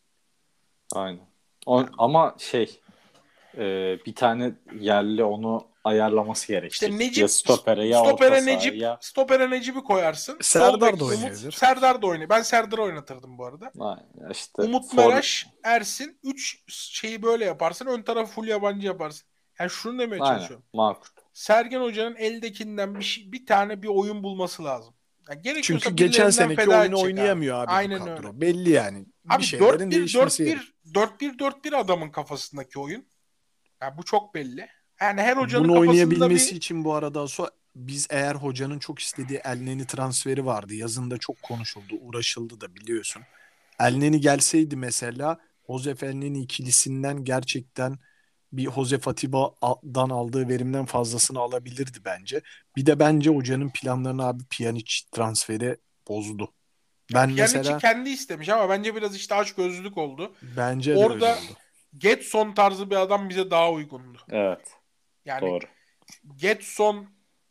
Aynen. O, ama şey e, bir tane yerli onu ayarlaması gerekecek. İşte Necip, ya stopere ya stopere orta saha Necip, ya. stopere Necip'i koyarsın. Serdar Sol bek da Umut, oynayabilir. Serdar da oynuyor. Ben Serdar'ı oynatırdım bu arada. Aynen. İşte Umut for- Meraş, Ersin. Üç şeyi böyle yaparsın. Ön tarafı full yabancı yaparsın. Yani şunu demeye Aynen. çalışıyorum. Makul. Sergen Hoca'nın eldekinden bir, şey, bir tane bir oyun bulması lazım. Yani gerekiyorsa Çünkü geçen birilerinden seneki feda oyunu edecek oynayamıyor abi, Aynen bu kadro. öyle. Belli yani. Bir Abi şeylerin değişmesi gerek. dört bir dört bir adamın kafasındaki oyun. Yani bu çok belli. Yani her hocanın Bunu kafasında oynayabilmesi bir... için bu arada so- biz eğer hocanın çok istediği Elneny transferi vardı. Yazında çok konuşuldu, uğraşıldı da biliyorsun. Elneny gelseydi mesela Josef Elneny ikilisinden gerçekten bir Josef Atiba'dan aldığı verimden fazlasını alabilirdi bence. Bir de bence hocanın planlarını abi Pjanic transferi bozdu. Ben Pjanic'i mesela kendi istemiş ama bence biraz işte açgözlülük oldu. bence de öyle Orada oldu. Getson tarzı bir adam bize daha uygundu. Evet. Yani Doğru. Getson,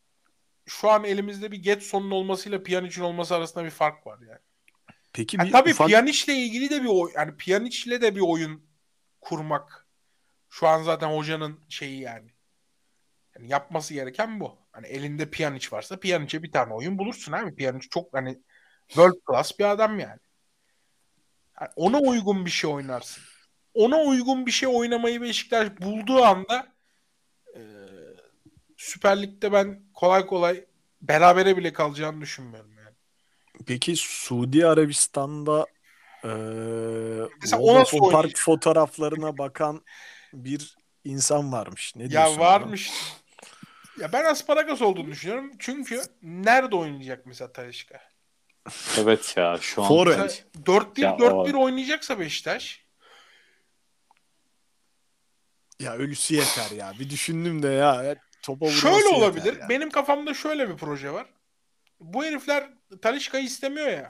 şu an elimizde bir Getson'un olmasıyla Pjanic'in olması arasında bir fark var yani. Peki Ha, bir tabii ufak Pjanic'le ilgili de bir oy, yani Pjanic'le de bir oyun kurmak şu an zaten hocanın şeyi yani. Yani yapması gereken bu. Hani elinde Pjanic varsa Pjanic'e bir tane oyun bulursun abi. Pjanic çok hani world class bir adam yani. Yani ona uygun bir şey oynarsın. Ona uygun bir şey oynamayı Beşiktaş bulduğu anda e, Süper Lig'de ben kolay kolay berabere bile kalacağını düşünmüyorum yani. peki Suudi Arabistan'da eee Mesela o nasıl Vodafone Park oynayacak? fotoğraflarına bakan bir insan varmış. Ne Ya diyorsun ona? varmış. Ya ben Asparagas olduğunu düşünüyorum. Çünkü nerede oynayacak mesela Talisca? Evet ya şu an Forvet. Mesela dört ya bir dört bir o oynayacaksa Beşiktaş, Ya ölüsü yeter ya. Bir düşündüm de ya topa şöyle vurması yeter olabilir. ya. Benim kafamda şöyle bir proje var. Bu herifler Talisca'yı istemiyor ya.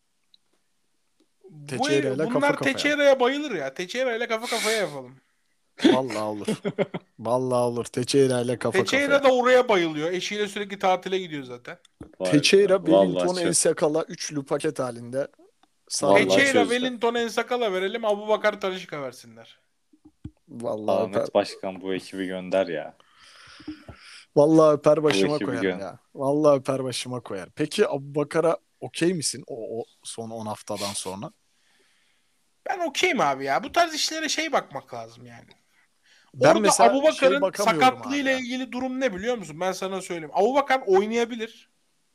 Bu Teixeira herif, ile kafa bunlar kafaya. Teixeira'ya bayılır ya. Teixeira ile kafa kafaya yapalım. Vallahi olur. Vallahi olur. Teixeira ile kafa Teixeira kafaya. da oraya bayılıyor. Eşiyle sürekli tatile gidiyor zaten. Vay be, Teixeira, vallahi Wellington, çok. Ensakala üçlü paket halinde. Vallahi Sarılar. Teixeira, çözdü. Wellington, Ensakala verelim. Abubakar Talisca versinler. Vallahi öper. Ahmet Başkan bu ekibi gönder ya. Vallahi öper Bu başıma ekibi koyarım gön. ya. Vallahi öper başıma koyar. Peki Abubakar'a okey misin o, o son on haftadan sonra? Ben okeyim abi ya. Bu tarz işlere şey bakmak lazım yani. Ben Orada mesela şey Abubakar'ın bakamıyorum abi sakatlığıyla ya. ilgili durum ne biliyor musun? Ben sana söyleyeyim. Abubakar oynayabilir.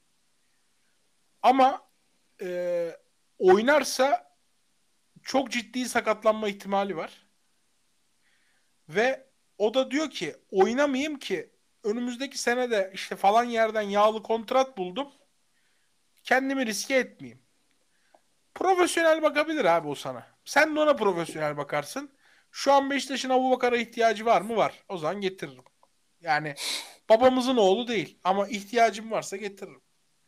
Ama e, oynarsa çok ciddi sakatlanma ihtimali var. Ve o da diyor ki oynamayayım ki önümüzdeki sene de işte falan yerden yağlı kontrat buldum. Kendimi riske etmeyeyim. Profesyonel bakabilir abi o sana. Sen de ona profesyonel bakarsın. Şu an Beşiktaş'ın Abubakar'a ihtiyacı var mı? Var. O zaman getiririm. Yani babamızın oğlu değil. Ama ihtiyacım varsa getiririm.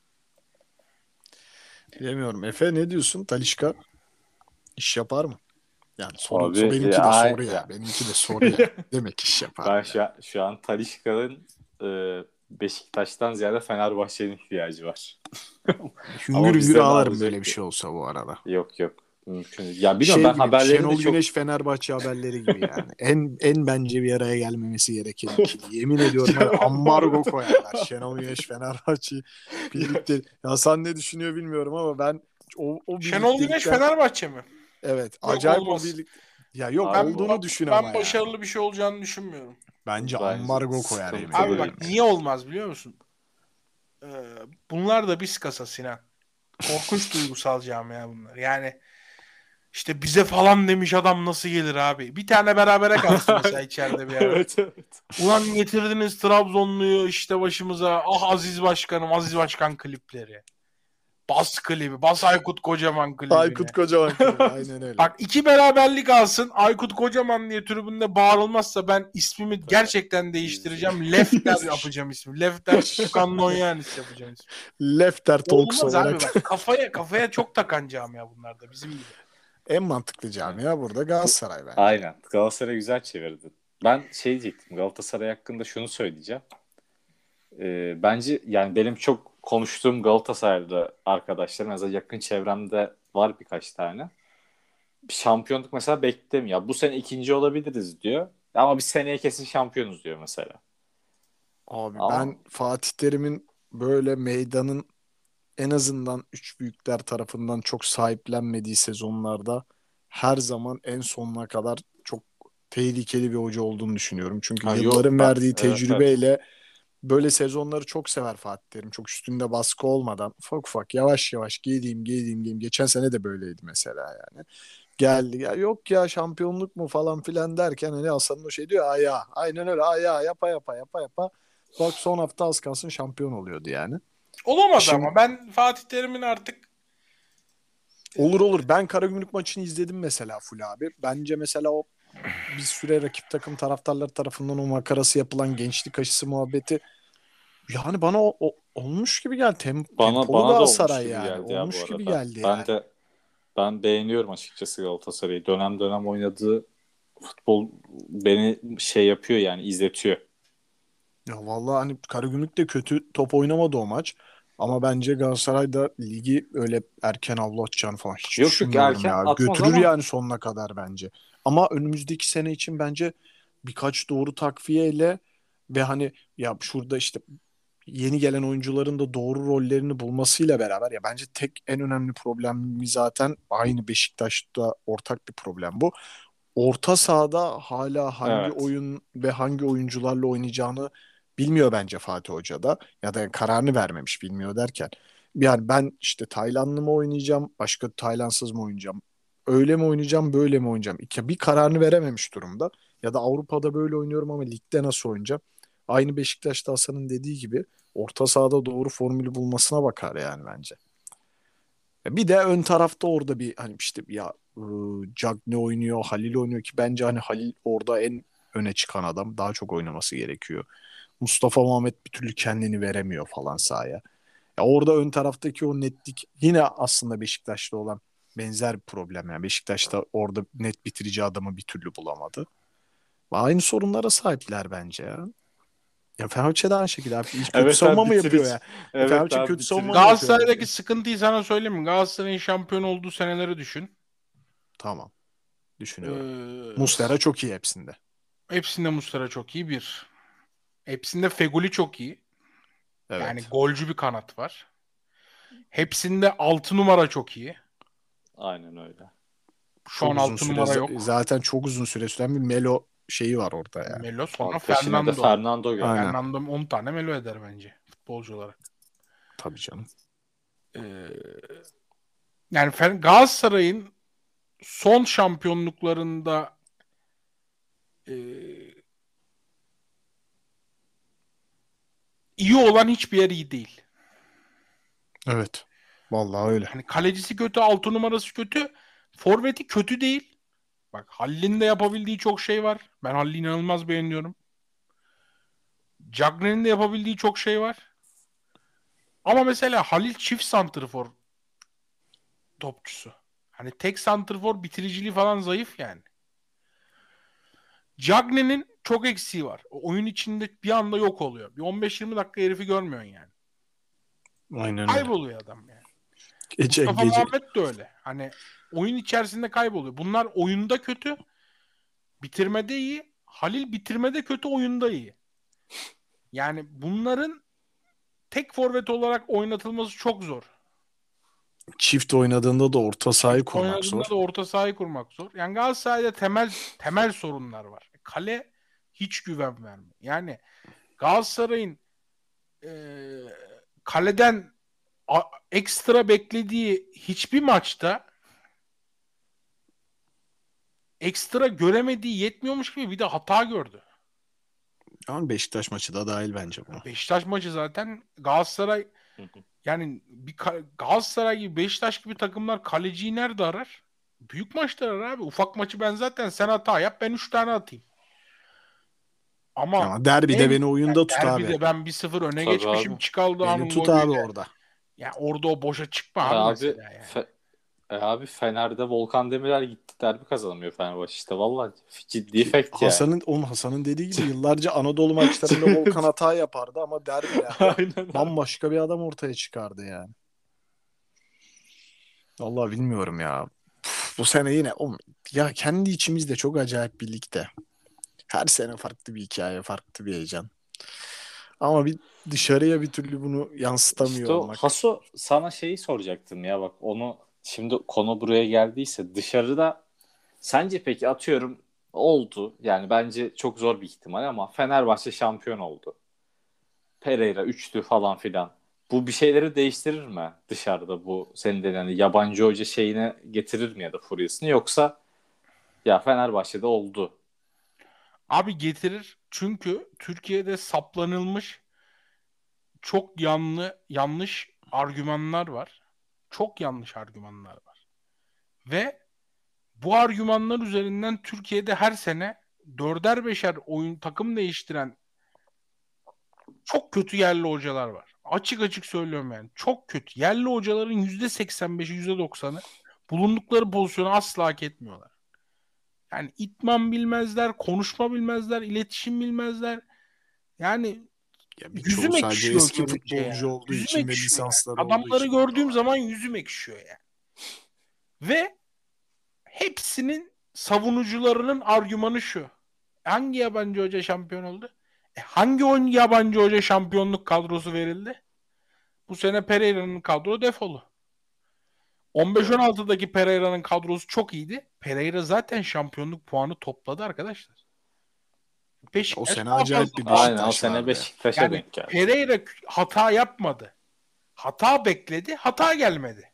Bilemiyorum. Efe ne diyorsun? Talisca iş yapar mı? Yani soru, Abi so, benimki de ya, soru ya. ya. Benimki de soru ya. Demek iş yapar Ben ya. şu an, şu an Talisca'nın e, Beşiktaş'tan ziyade Fenerbahçe'nin ihtiyacı var. Hüngür Ama hüngür bizde ne ağlarım olacak böyle bir ki? şey olsa bu arada. Yok yok. Mümkün değil. Ya bilmiyorum, Şey ben gibi, haberlerini Şenol de çok Güneş Fenerbahçe haberleri gibi yani. En en bence bir araya gelmemesi gereken ikili. Yemin ediyorum var ya, ambargo koyarlar. Şenol Güneş Fenerbahçe birlikte. Ya sen ne düşünüyor bilmiyorum ama ben o, o Şenol Güneş birliktelikten Fenerbahçe mi? evet Yok, acayip o olmaz. birlik. Ya yok Abi Ben, bu- olduğunu bak, düşün ben ama yani. başarılı bir şey olacağını düşünmüyorum. Bence Bence ambargo koyar yemin sıkıntılı Abi ediyorum. bak bir- niye olmaz biliyor musun? Ee, bunlar da biz kasa Sinan. Korkunç duygusal camia bunlar. Yani İşte bize falan demiş adam nasıl gelir abi? Bir tane berabere kalsın mesela içeride bir ara. Evet evet. Ulan getirdiniz Trabzonlu'yu işte başımıza. Ah Aziz Başkanım, Aziz Başkan klipleri. Bas klibi, bas Aykut Kocaman klibini. Aykut Kocaman klibi, aynen öyle. Bak iki beraberlik alsın. Aykut Kocaman diye tribünde bağırılmazsa ben ismimi gerçekten değiştireceğim. Lefter yapacağım ismi. Lefter Kanlonyanis yapacağım ismi. Lefter Talks Olmaz abi olarak. bak. Kafaya kafaya çok takan camia bunlar da bizim gibi. En mantıklı camia burada Galatasaray bence. Aynen. Galatasaray güzel çevirdi. Ben şey diyecektim. Galatasaray hakkında şunu söyleyeceğim. Ee, bence yani benim çok konuştuğum Galatasaraylı arkadaşlarım mesela yakın çevremde var birkaç tane. Bir şampiyonluk mesela beklemiyor. Ya bu sene ikinci olabiliriz diyor. Ama bir seneye kesin şampiyonuz diyor mesela. Abi Ama- ben Fatih Terim'in böyle meydanın en azından üç büyükler tarafından çok sahiplenmediği sezonlarda her zaman en sonuna kadar çok tehlikeli bir hoca olduğunu düşünüyorum. Çünkü Ha, yok, yılların ben- verdiği evet, tecrübeyle böyle sezonları çok sever Fatih Terim. Çok üstünde baskı olmadan ufak ufak yavaş yavaş geleyim geleyim geleyim. Geçen sene de böyleydi mesela yani. Geldi ya yok ya şampiyonluk mu falan filan derken hani Hasan'ın o şey diyor ayağı. Aynen öyle ayağı yapa yapa yapa yapa. Bak son hafta az kalsın şampiyon oluyordu yani. Olamadı Şimdi- ama ben Fatih Terim'in artık Olur olur. Ben Karagümrük maçını izledim mesela full abi. Bence mesela o bir süre rakip takım taraftarları tarafından o makarası yapılan gençlik aşısı muhabbeti yani bana o, o- olmuş gibi geldi. Tem, Bana tempolu bana da olmuş Galatasaray gibi yani. geldi ya bu Olmuş arada. gibi geldi ben yani. de ben beğeniyorum açıkçası Galatasaray'ı. Dönem dönem oynadığı futbol beni şey yapıyor yani izletiyor. Ya vallahi hani Karagümrük de kötü top oynamadı o maç. Ama bence Galatasaray da ligi öyle erken avlatacağını falan hiç Yok, yok, düşünmüyorum erken ya. atmaz Götürür ama- yani sonuna kadar bence. Ama önümüzdeki sene için bence birkaç doğru takviyeyle ve hani ya şurada işte yeni gelen oyuncuların da doğru rollerini bulmasıyla beraber ya bence tek en önemli problemi zaten aynı Beşiktaş'ta ortak bir problem bu. Orta sahada hala hangi Evet. oyun ve hangi oyuncularla oynayacağını bilmiyor bence Fatih Hoca da ya da kararını vermemiş bilmiyor derken. Yani ben işte Taylandlı mı oynayacağım, başka Taylandsız mı oynayacağım? Öyle mi oynayacağım, böyle mi oynayacağım? İki, bir kararını verememiş durumda. Ya da Avrupa'da böyle oynuyorum ama ligde nasıl oynayacağım? Aynı Beşiktaş'ta Hasan'ın dediği gibi orta sahada doğru formülü bulmasına bakar yani bence. Bir de ön tarafta orada bir hani işte ya ıı, Cagne oynuyor, Halil oynuyor ki bence hani Halil orada en öne çıkan adam. Daha çok oynaması gerekiyor. Mustafa Muhammed bir türlü kendini veremiyor falan sahaya. Ya orada ön taraftaki o netlik yine aslında Beşiktaş'ta olan benzer bir problem. Yani Beşiktaş'ta orada net bitirici adamı bir türlü bulamadı. Aynı sorunlara sahipler bence ya. Ya Fenerbahçe de aynı şekilde abi. Hiç kötü Evet savunma abi, mı yapıyor bitirici- ya? Evet Fenerbahçe abi, kötü bitirici- savunma mı yapıyor? Galatasaray'daki sıkıntıyı sana söyleyeyim mi? Galatasaray'ın şampiyon olduğu seneleri düşün. Tamam. Düşünüyorum. Ee, Muslera çok iyi hepsinde. Hepsinde Muslera çok iyi bir. Hepsinde Feguli çok iyi. Evet. Yani golcü bir kanat var. Hepsinde altı numara çok iyi. Aynen öyle. Şu çok an uzun altı süre numara yok. zaten çok uzun süre süren bir Melo şeyi var orada yani. Melo sonra Abi peşine de Fernando. Fernando geldi. Aynen. Fernando on tane Melo eder bence futbolcu olarak. Tabii canım. Ee, yani Fer- Galatasaray'ın son şampiyonluklarında e, iyi olan hiçbir yer iyi değil. Evet. Vallahi öyle. Hani kalecisi kötü, altı numarası kötü, forveti kötü değil. Bak Halil'in de yapabildiği çok şey var. Ben Halil'i inanılmaz beğeniyorum. Cagney'in de yapabildiği çok şey var. Ama mesela Halil çift santrfor topçusu. Hani tek santrfor bitiriciliği falan zayıf yani. Cagney'in çok eksiği var. O oyun içinde bir anda yok oluyor. Bir on beş yirmi dakika herifi görmüyorsun yani. Aynen öyle. Kayboluyor adam yani. Gece Mustafa gece Muhammed de öyle. Hani oyun içerisinde kayboluyor. Bunlar oyunda kötü. Bitirmede iyi. Halil bitirmede kötü, oyunda iyi. Yani bunların tek forvet olarak oynatılması çok zor. çift oynadığında da orta sahayı kurmak Oynadığında zor. da orta sahayı kurmak zor. Yani Galatasaray'da temel temel sorunlar var. Kale hiç güven vermiyor. Yani Galatasaray'ın eee, kaleden a- ekstra beklediği hiçbir maçta ekstra göremediği yetmiyormuş gibi bir de hata gördü. Ama Beşiktaş maçı da dahil bence bu. Beşiktaş maçı zaten Galatasaray yani bir ka- Galatasaray gibi Beşiktaş gibi takımlar kaleciyi nerede arar? Büyük maçta arar abi. Ufak maçı ben zaten sen hata yap ben üç tane atayım. Ama Ama derbide en- beni oyunda tut abi. derbide ben bir sıfır öne Tabii geçmişim abi. Çıkaldı Beni Anıl tut abi golüyle. orada. Ya orada o boşa çıkma E abi, abi, mesela yani. Fe- e abi Fener'de Volkan Demirel gitti derbi kazanamıyor Fenerbahçe işte. Vallahi ciddi fakt yani. Hasan'ın onun Hasan'ın dediği gibi yıllarca Anadolu maçlarında Volkan hata yapardı ama derbilerde Aynen abi. bambaşka bir adam ortaya çıkardı yani. Vallahi bilmiyorum ya. Uf, bu sene yine o ya kendi içimizde çok acayip bir ligde. Her sene farklı bir hikaye, farklı bir heyecan. Ama bir dışarıya bir türlü bunu yansıtamıyor İşte o olmak. Haso sana şeyi soracaktım ya bak onu şimdi konu buraya geldiyse dışarıda sence peki atıyorum oldu yani bence çok zor bir ihtimal ama Fenerbahçe şampiyon oldu. Pereira üçlü falan filan. Bu bir şeyleri değiştirir mi dışarıda bu senin dediğin hani yabancı hoca şeyine getirir mi ya da furyasını yoksa ya Fenerbahçe'de oldu. Abi getirir. Çünkü Türkiye'de saplanılmış çok yanlı yanlış argümanlar var. Çok yanlış argümanlar var. Ve bu argümanlar üzerinden Türkiye'de her sene dörder beşer oyun takım değiştiren çok kötü yerli hocalar var. Açık açık söylüyorum yani. Çok kötü. Yerli hocaların yüzde seksen beşi, yüzde doksanı bulundukları pozisyonu asla hak etmiyorlar. Yani itman bilmezler, konuşma bilmezler, iletişim bilmezler. Yani Ya birçoğu yüzüm sadece ekşiyor eski görünce ya. futbolcu olduğu Yüzüm için ve ekşiyor yani. lisansları olduğu Adamları için gördüğüm yapıyorlar. zaman yüzüm ekşiyor yani. Ve hepsinin savunucularının argümanı şu. Hangi yabancı hoca şampiyon oldu? E hangi on yabancı hoca şampiyonluk kadrosu verildi? Bu sene Pereira'nın kadro defolu. on beş on altıdaki Pereira'nın kadrosu çok iyiydi. Pereira zaten şampiyonluk puanı topladı arkadaşlar. O Beşiktaş sene daha acayip fazla bir puan. Aynen o Beşiktaş sene vardı. Beşiktaş'a Yani denk geldi. Pereira hata yapmadı. Hata bekledi, hata gelmedi.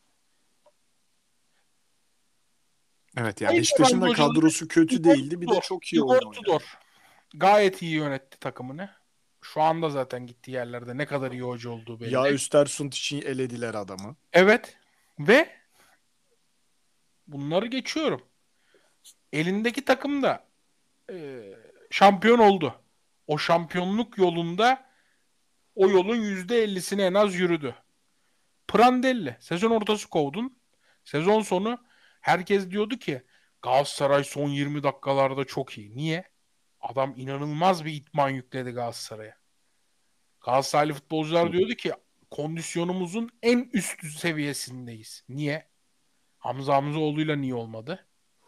Evet ya Hayır, Beşiktaş'ın da yabancı hocaları kadrosu kötü Igor değildi. Bir de Tudor. çok iyi Igor oyun oynadı. Tudor gayet iyi yönetti takımını. Şu anda zaten gittiği yerlerde ne kadar iyi hoca olduğu belli. Ya Östersund için elediler adamı. Evet. Ve bunları geçiyorum. Elindeki takım da e, şampiyon oldu. O şampiyonluk yolunda o yolun yüzde ellisini en az yürüdü. Prandelli. Sezon ortası kovdun. Sezon sonu herkes diyordu ki Galatasaray son yirmi dakikalarda çok iyi. Niye? Adam inanılmaz bir itman yükledi Galatasaray'a. Galatasaraylı futbolcular diyordu ki kondisyonumuzun en üst seviyesindeyiz. Niye? Hamza Hamzaoğlu'yla niye olmadı?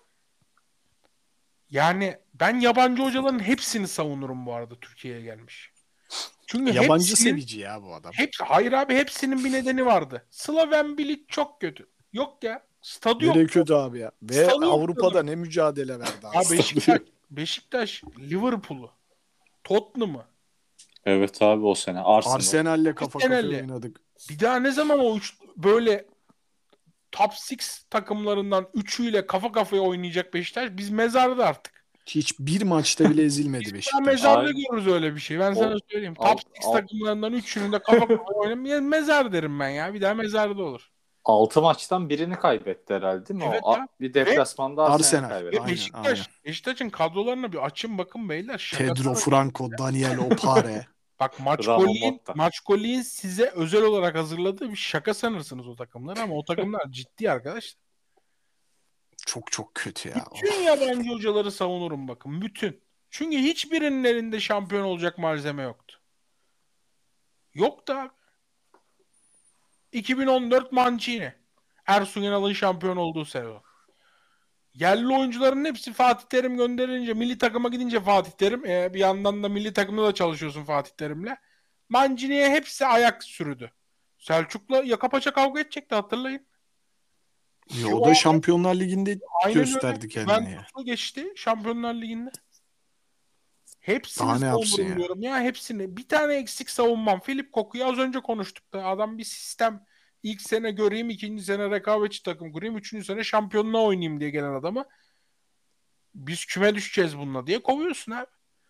Yani ben yabancı hocaların hepsini savunurum bu arada Türkiye'ye gelmiş. Çünkü Yabancı hepsinin, sevici ya bu adam. hepsi, hayır abi hepsinin bir nedeni vardı. Slaven Bilic çok kötü. Yok ya. Stadı yok. Nereye kötü abi ya. Ve Stadı yok Avrupa'da diyorum. ne mücadele verdi Ya aslında. Beşiktaş, Beşiktaş, Liverpool'u, Tottenham'ı, Evet abi o sene Arsenal. Arsenal'le kafa kafaya Arsenal'le. oynadık. bir daha ne zaman o üç, böyle top altı takımlarından üçüyle kafa kafaya oynayacak Beşiktaş? Biz mezarda artık. Hiç bir maçta bile ezilmedi Daha Beşiktaş. mezarda Aynen. görürüz öyle bir şey. Ben O- sana söyleyeyim. al- Top altı al- takımlarından üçünün de kafa kafaya oynayayım. Mezar derim ben ya. Bir daha mezarda olur. altı maçtan birini kaybetti herhalde değil mi Evet o? ya. A- Bir deplasmanda Arsenal Arsenal. kaybetti. Ve Aynen, Beşiktaş, aynen. Beşiktaş'ın kadrolarına bir açın bakın beyler. Şaka Pedro sana- Franco, Daniel Opare. Bak Ramon Maçkoli'nin Motta. Maçkoli'nin size özel olarak hazırladığı bir şaka sanırsınız o takımları ama o takımlar ciddi arkadaşlar. Çok çok kötü ya. Bütün yabancı hocaları savunurum bakın. Bütün. Çünkü hiçbirinin elinde şampiyon olacak malzeme yoktu. Yok da iki bin on dört Mancini. Ersun Yanal'ın şampiyon olduğu sezon. Yerli oyuncuların hepsi Fatih Terim gönderilince milli takıma gidince Fatih Terim e, bir yandan da milli takımda da çalışıyorsun Fatih Terim'le. Mancini'ye hepsi ayak sürüdü. Selçuk'la yaka paça kavga edecekti hatırlayın. Ya o da Şampiyonlar Ligi'nde Aynen gösterdi öyle. kendini ya. Juventus'u geçti Şampiyonlar Ligi'nde. Hepsini Daha ne yapsın savunurum ya? diyorum ya hepsini. Bir tane eksik savunmam. Filip Koku'yu az önce konuştuk da adam bir sistem ilk sene göreyim, ikinci sene rekabetçi takım kurayım, üçüncü sene şampiyonluğa oynayayım diye gelen adamı biz küme düşeceğiz bununla diye kovuyorsun abi.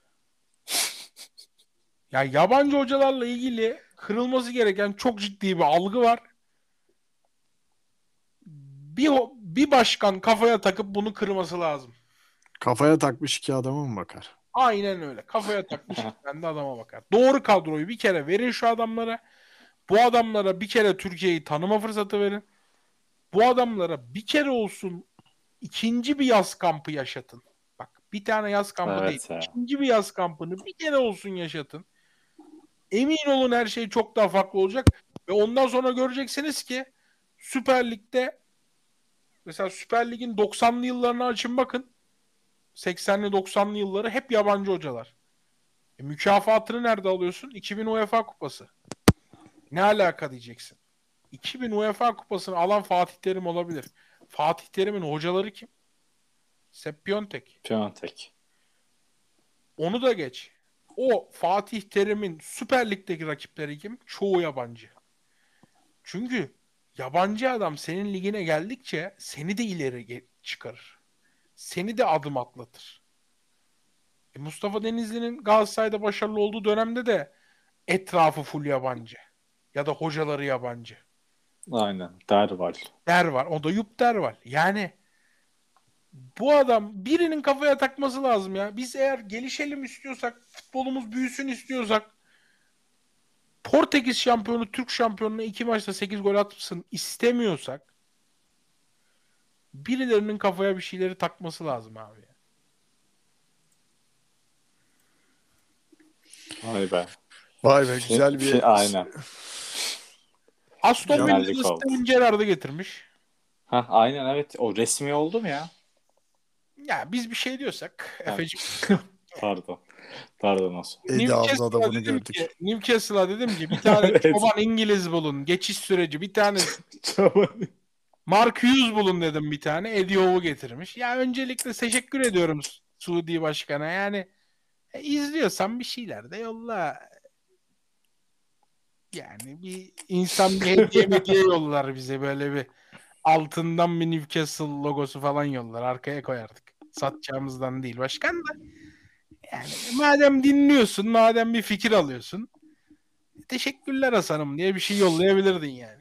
Ya yabancı hocalarla ilgili kırılması gereken çok ciddi bir algı var. Bir, bir başkan kafaya takıp bunu kırması lazım. Kafaya takmış iki adama mı bakar? Aynen öyle. Kafaya takmış ben de adama bakar. Doğru kadroyu bir kere verin şu adamlara. Bu adamlara bir kere Türkiye'yi tanıma fırsatı verin. Bu adamlara bir kere olsun ikinci bir yaz kampı yaşatın. Bak bir tane yaz kampı Evet değil. ya. İkinci bir yaz kampını bir kere olsun yaşatın. Emin olun her şey çok daha farklı olacak. Ve ondan sonra göreceksiniz ki Süper Lig'de mesela Süper Lig'in doksanlı yıllarına açın bakın. seksenli doksanlı yılları hep yabancı hocalar. E, mükafatını nerede alıyorsun? iki bin UEFA Kupası. Ne alaka diyeceksin. iki bin UEFA Kupası'nı alan Fatih Terim olabilir. Fatih Terim'in hocaları kim? Sepp Piontek. Piontek. Onu da geç. O Fatih Terim'in Süper Lig'deki rakipleri kim? Çoğu yabancı. Çünkü yabancı adam senin ligine geldikçe seni de ileri ge- çıkarır. Seni de adım atlatır. E, Mustafa Denizli'nin Galatasaray'da başarılı olduğu dönemde de etrafı full yabancı. Ya da hocaları yabancı. Aynen. Derval. Der var. O da Yup der var. Yani bu adam birinin kafaya takması lazım ya. Biz eğer gelişelim istiyorsak, futbolumuz büyüsün istiyorsak, Portekiz şampiyonu Türk şampiyonuna iki maçta sekiz gol atsın istemiyorsak birilerinin kafaya bir şeyleri takması lazım abi. Vay be. Vay be Fi- güzel bir... fi- aynen. Aston Finallik Villa'da oldu. Steven Gerrard'ı getirmiş. Ha, aynen evet. O resmi oldu mu ya? Ya biz bir şey diyorsak Ha. Efe'cim Pardon. Pardon olsun. Eddie Havza'da Newcastle'a bunu dedim gördük. ki Newcastle'a dedim ki bir tane Evet. çoban İngiliz bulun. Geçiş süreci bir tane Mark Hughes bulun dedim bir tane. Eddie Howe'u getirmiş. Ya öncelikle teşekkür ediyorum Suudi Başkan'a. Yani e, izliyorsan bir şeyler de yolla. Yani bir insan bir hediye hediye yollar bize böyle bir altından bir Newcastle logosu falan yollar. Arkaya koyardık. Satacağımızdan değil başkan da. Yani madem dinliyorsun, madem bir fikir alıyorsun. Teşekkürler Hasan'ım diye bir şey yollayabilirdin yani.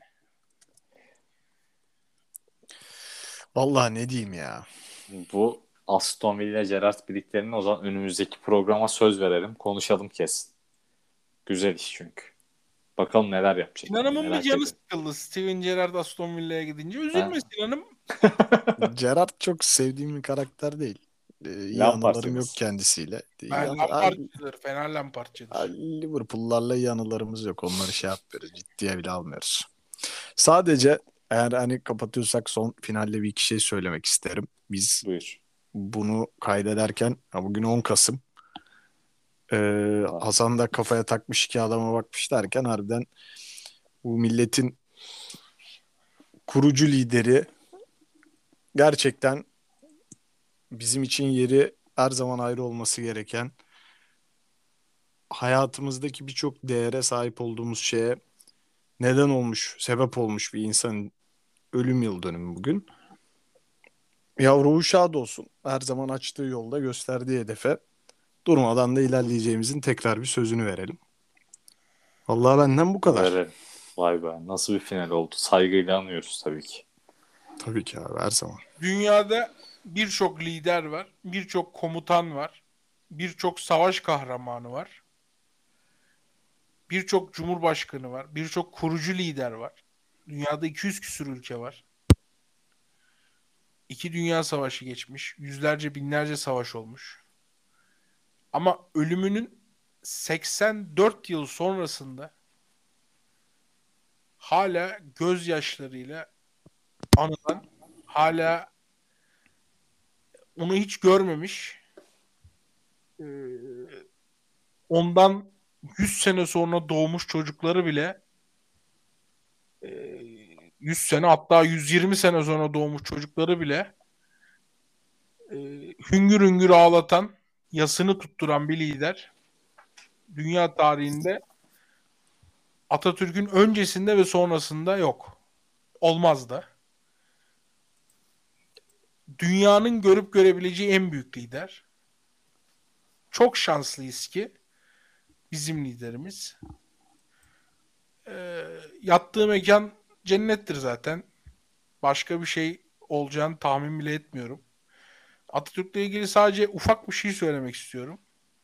Vallahi ne diyeyim ya. Bu Aston Villa Gerrard birliklerinin o zaman önümüzdeki programa söz verelim. Konuşalım kesin. Güzel iş çünkü. Bakalım neler yapacak. Sinan'ımın bir Merak canı ediyorum. sıkıldı Steven Gerrard Aston Villa'ya gidince. Üzülme Ha. Sinan'ım. Gerrard çok sevdiğim bir karakter değil. Ee, iyi Lampard anılarım yok diyorsun. kendisiyle. Ben Yani, Lampard'cıdır. Fena Lampard'cıdır. Liverpool'larla iyi anılarımız yok. Onları şey yapmıyoruz. Ciddiye bile almıyoruz. Sadece eğer hani kapatıyorsak son finalle bir iki şey söylemek isterim. Biz Buyur. bunu kaydederken ha, bugün on Kasım. Ee, Hasan da kafaya takmış iki adama bakmış derken harbiden bu milletin kurucu lideri gerçekten bizim için yeri her zaman ayrı olması gereken hayatımızdaki birçok değere sahip olduğumuz şeye neden olmuş, sebep olmuş bir insanın ölüm yıl dönümü bugün. Ya ruhu şad olsun. Her zaman açtığı yolda gösterdiği hedefe durmadan da ilerleyeceğimizin tekrar bir sözünü verelim. Vallahi benden bu kadar. Verelim. Vay be. Nasıl bir final oldu. Saygıyla anıyoruz tabii ki. Tabii ki abi her zaman. Dünyada birçok lider var. Birçok komutan var. Birçok savaş kahramanı var. Birçok cumhurbaşkanı var. Birçok kurucu lider var. Dünyada iki yüz küsur ülke var. İki dünya savaşı geçmiş. Yüzlerce binlerce savaş olmuş. Ama ölümünün seksen dört yıl sonrasında hala gözyaşlarıyla anılan, hala onu hiç görmemiş, e, ondan yüz sene sonra doğmuş çocukları bile e, yüz sene hatta yüz yirmi sene sonra doğmuş çocukları bile e, hüngür hüngür ağlatan, yasını tutturan bir lider dünya tarihinde Atatürk'ün öncesinde ve sonrasında yok. Olmaz da. dünyanın görüp görebileceği en büyük lider. Çok şanslıyız ki bizim liderimiz. Ee, yattığı mekan cennettir zaten. Başka bir şey olacağını tahmin bile etmiyorum. Atatürk'le ilgili sadece ufak bir şey söylemek istiyorum.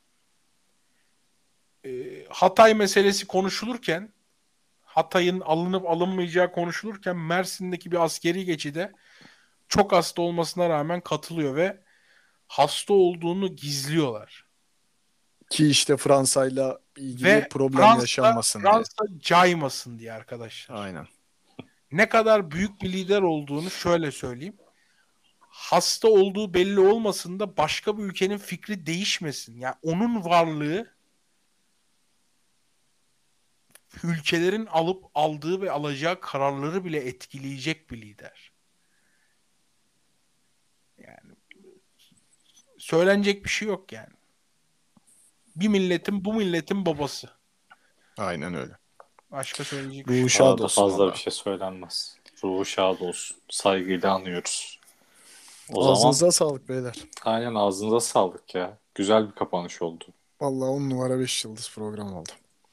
Ee, Hatay meselesi konuşulurken, Hatay'ın alınıp alınmayacağı konuşulurken Mersin'deki bir askeri geçide çok hasta olmasına rağmen katılıyor ve hasta olduğunu gizliyorlar. Ki işte Fransa'yla ilgili Ve problem Fransa, yaşanmasın diye. Fransa caymasın diye arkadaşlar. Aynen. Ne kadar büyük bir lider olduğunu şöyle söyleyeyim. Hasta olduğu belli olmasın da başka bir ülkenin fikri değişmesin. Yani onun varlığı ülkelerin alıp aldığı ve alacağı kararları bile etkileyecek bir lider. Yani söylenecek bir şey yok yani. Bir milletin bu milletin babası. Aynen öyle. Başka söyleyecek bir şey Ruhu yok. şad Daha da olsun fazla valla. bir şey söylenmez. Ruhu şad olsun. Saygıyla anıyoruz. O Ağzınıza zaman sağlık beyler. aynen ağzınıza sağlık ya. Güzel bir kapanış oldu. Vallahi on numara beş yıldız program oldu.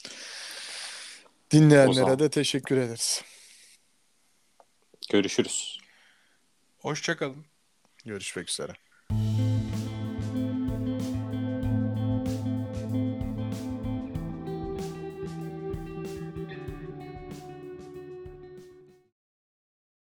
O Dinleyenlere zaman de teşekkür ederiz. görüşürüz. Hoşça kalın. Görüşmek üzere.